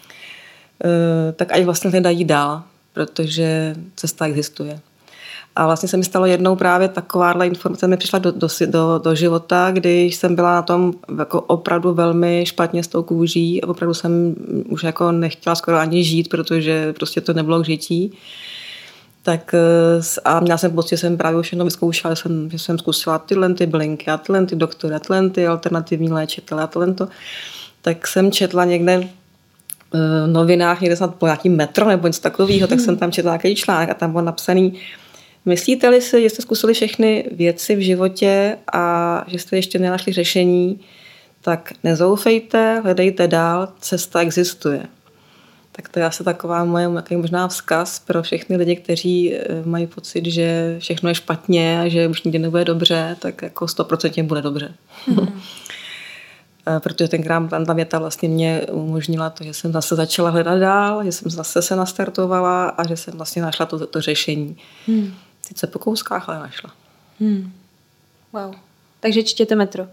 tak ať vlastně hledají dál, protože cesta existuje. A vlastně se mi stalo jednou právě takováhle informace, mi přišla do života, když jsem byla na tom jako opravdu velmi špatně s tou kůží a opravdu jsem už jako nechtěla skoro ani žít, protože prostě to nebylo k žití. Tak a měla jsem pocit, že jsem právě všechno vyzkoušela, že jsem zkusila tyhle ty bylinky a tyhle ty doktory a tyhle ty alternativní léčitele a tyhle to. Tak jsem četla někde v novinách, někde snad po nějaký Metro nebo něco takového, tak jsem tam četla nějaký článek a tam bylo napsaný: myslíte-li si, že jste zkusili všechny věci v životě a že jste ještě nenašli řešení, tak nezoufejte, hledejte dál, cesta existuje. Tak to je asi taková moje možná vzkaz pro všechny lidi, kteří mají pocit, že všechno je špatně a že už nikdy nebude dobře, tak jako 100% bude dobře. Protože tenkrát ta věta vlastně mě umožnila to, že jsem zase začala hledat dál, že jsem zase se nastartovala a že jsem vlastně našla to řešení. Sice po kouskách, ale našla. Wow. Takže čtěte Metro.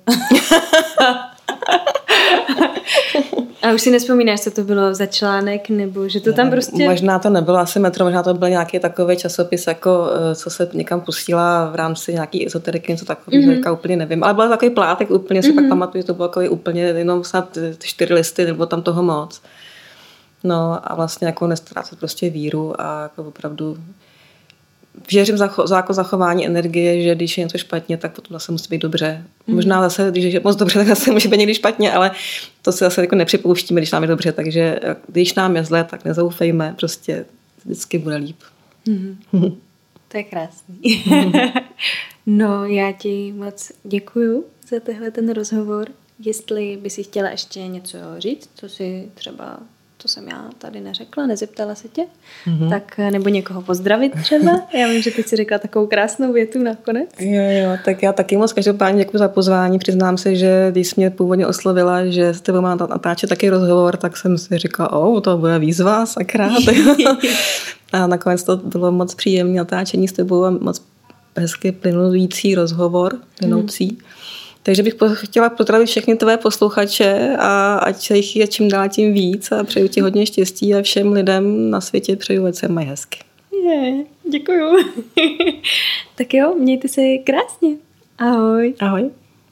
A už si nevzpomínáš, co to bylo za článek, nebo že to tam prostě... Možná to nebylo asi Metro, možná to byl nějaký takový časopis, jako co se někam pustila v rámci nějaký ezoteriky, něco takového, úplně nevím. Ale byl takový plátek úplně, si pak pamatuju, že to bylo takový úplně jenom snad 4 listy, nebo tam toho moc. No a vlastně jako nestrácet prostě víru a jako opravdu věřím jako zachování energie, že když je něco špatně, tak potom zase musí být dobře. Možná zase, když je moc dobře, tak zase může být někdy špatně, ale to se zase jako nepřipouštíme, když nám je dobře. Takže když nám je zle, tak nezoufejme, prostě vždycky bude líp. To je krásný. No, já ti moc děkuju za ten rozhovor. Jestli by si chtěla ještě něco říct, co si třeba... To jsem já tady neřekla, nezeptala se tě, tak nebo někoho pozdravit třeba. Já vím, že ty jsi řekla takovou krásnou větu nakonec. Jo, tak já taky moc každopádně děkuji za pozvání. Přiznám se, že když jsi mě původně oslovila, že s tebou mám natáčet taky rozhovor, tak jsem si říkala, to bude výzva, sakra. A nakonec to bylo moc příjemné natáčení s tebou a moc hezky plynulící rozhovor, plynoucí. Takže bych chtěla pozdravit všechny tvé posluchače a ať se jich je čím dál tím víc a přeju ti hodně štěstí a všem lidem na světě přeju, ať se mají hezky. Děkuju. Tak jo, mějte se krásně. Ahoj. Ahoj.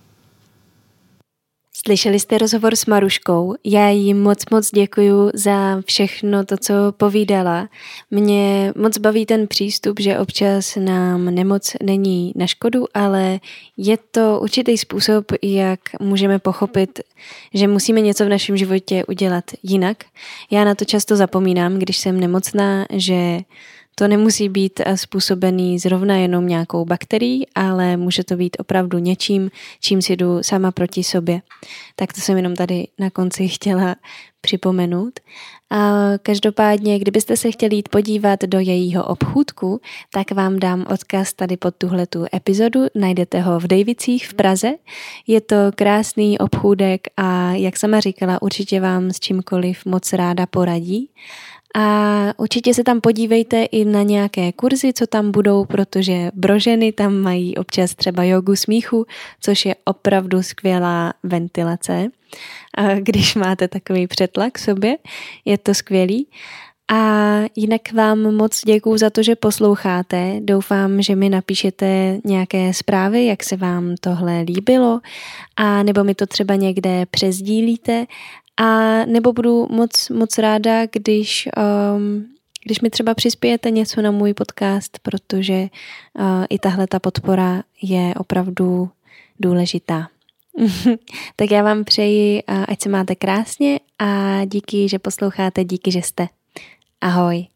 Slyšeli jste rozhovor s Maruškou. Já jí moc děkuju za všechno to, co povídala. Mě moc baví ten přístup, že občas nám nemoc není na škodu, ale je to určitý způsob, jak můžeme pochopit, že musíme něco v našem životě udělat jinak. Já na to často zapomínám, když jsem nemocná, že to nemusí být způsobený zrovna jenom nějakou bakterií, ale může to být opravdu něčím, čím si jdu sama proti sobě. Tak to jsem jenom tady na konci chtěla připomenout. A každopádně, kdybyste se chtěli jít podívat do jejího obchůdku, tak vám dám odkaz tady pod tuhletu epizodu. Najdete ho v Dejvicích v Praze. Je to krásný obchůdek a jak sama říkala, určitě vám s čímkoliv moc ráda poradí. A určitě se tam podívejte i na nějaké kurzy, co tam budou, protože Broženy tam mají občas třeba jogu smíchu, což je opravdu skvělá ventilace. Když máte takový přetlak v sobě, je to skvělý. A jinak vám moc děkuju za to, že posloucháte. Doufám, že mi napíšete nějaké zprávy, jak se vám tohle líbilo, a nebo mi to třeba někde přesdílíte, a nebo budu moc ráda, když mi třeba přispějete něco na můj podcast, protože i tahle ta podpora je opravdu důležitá. Tak já vám přeji, ať se máte krásně, a díky, že posloucháte, díky, že jste. Ahoj.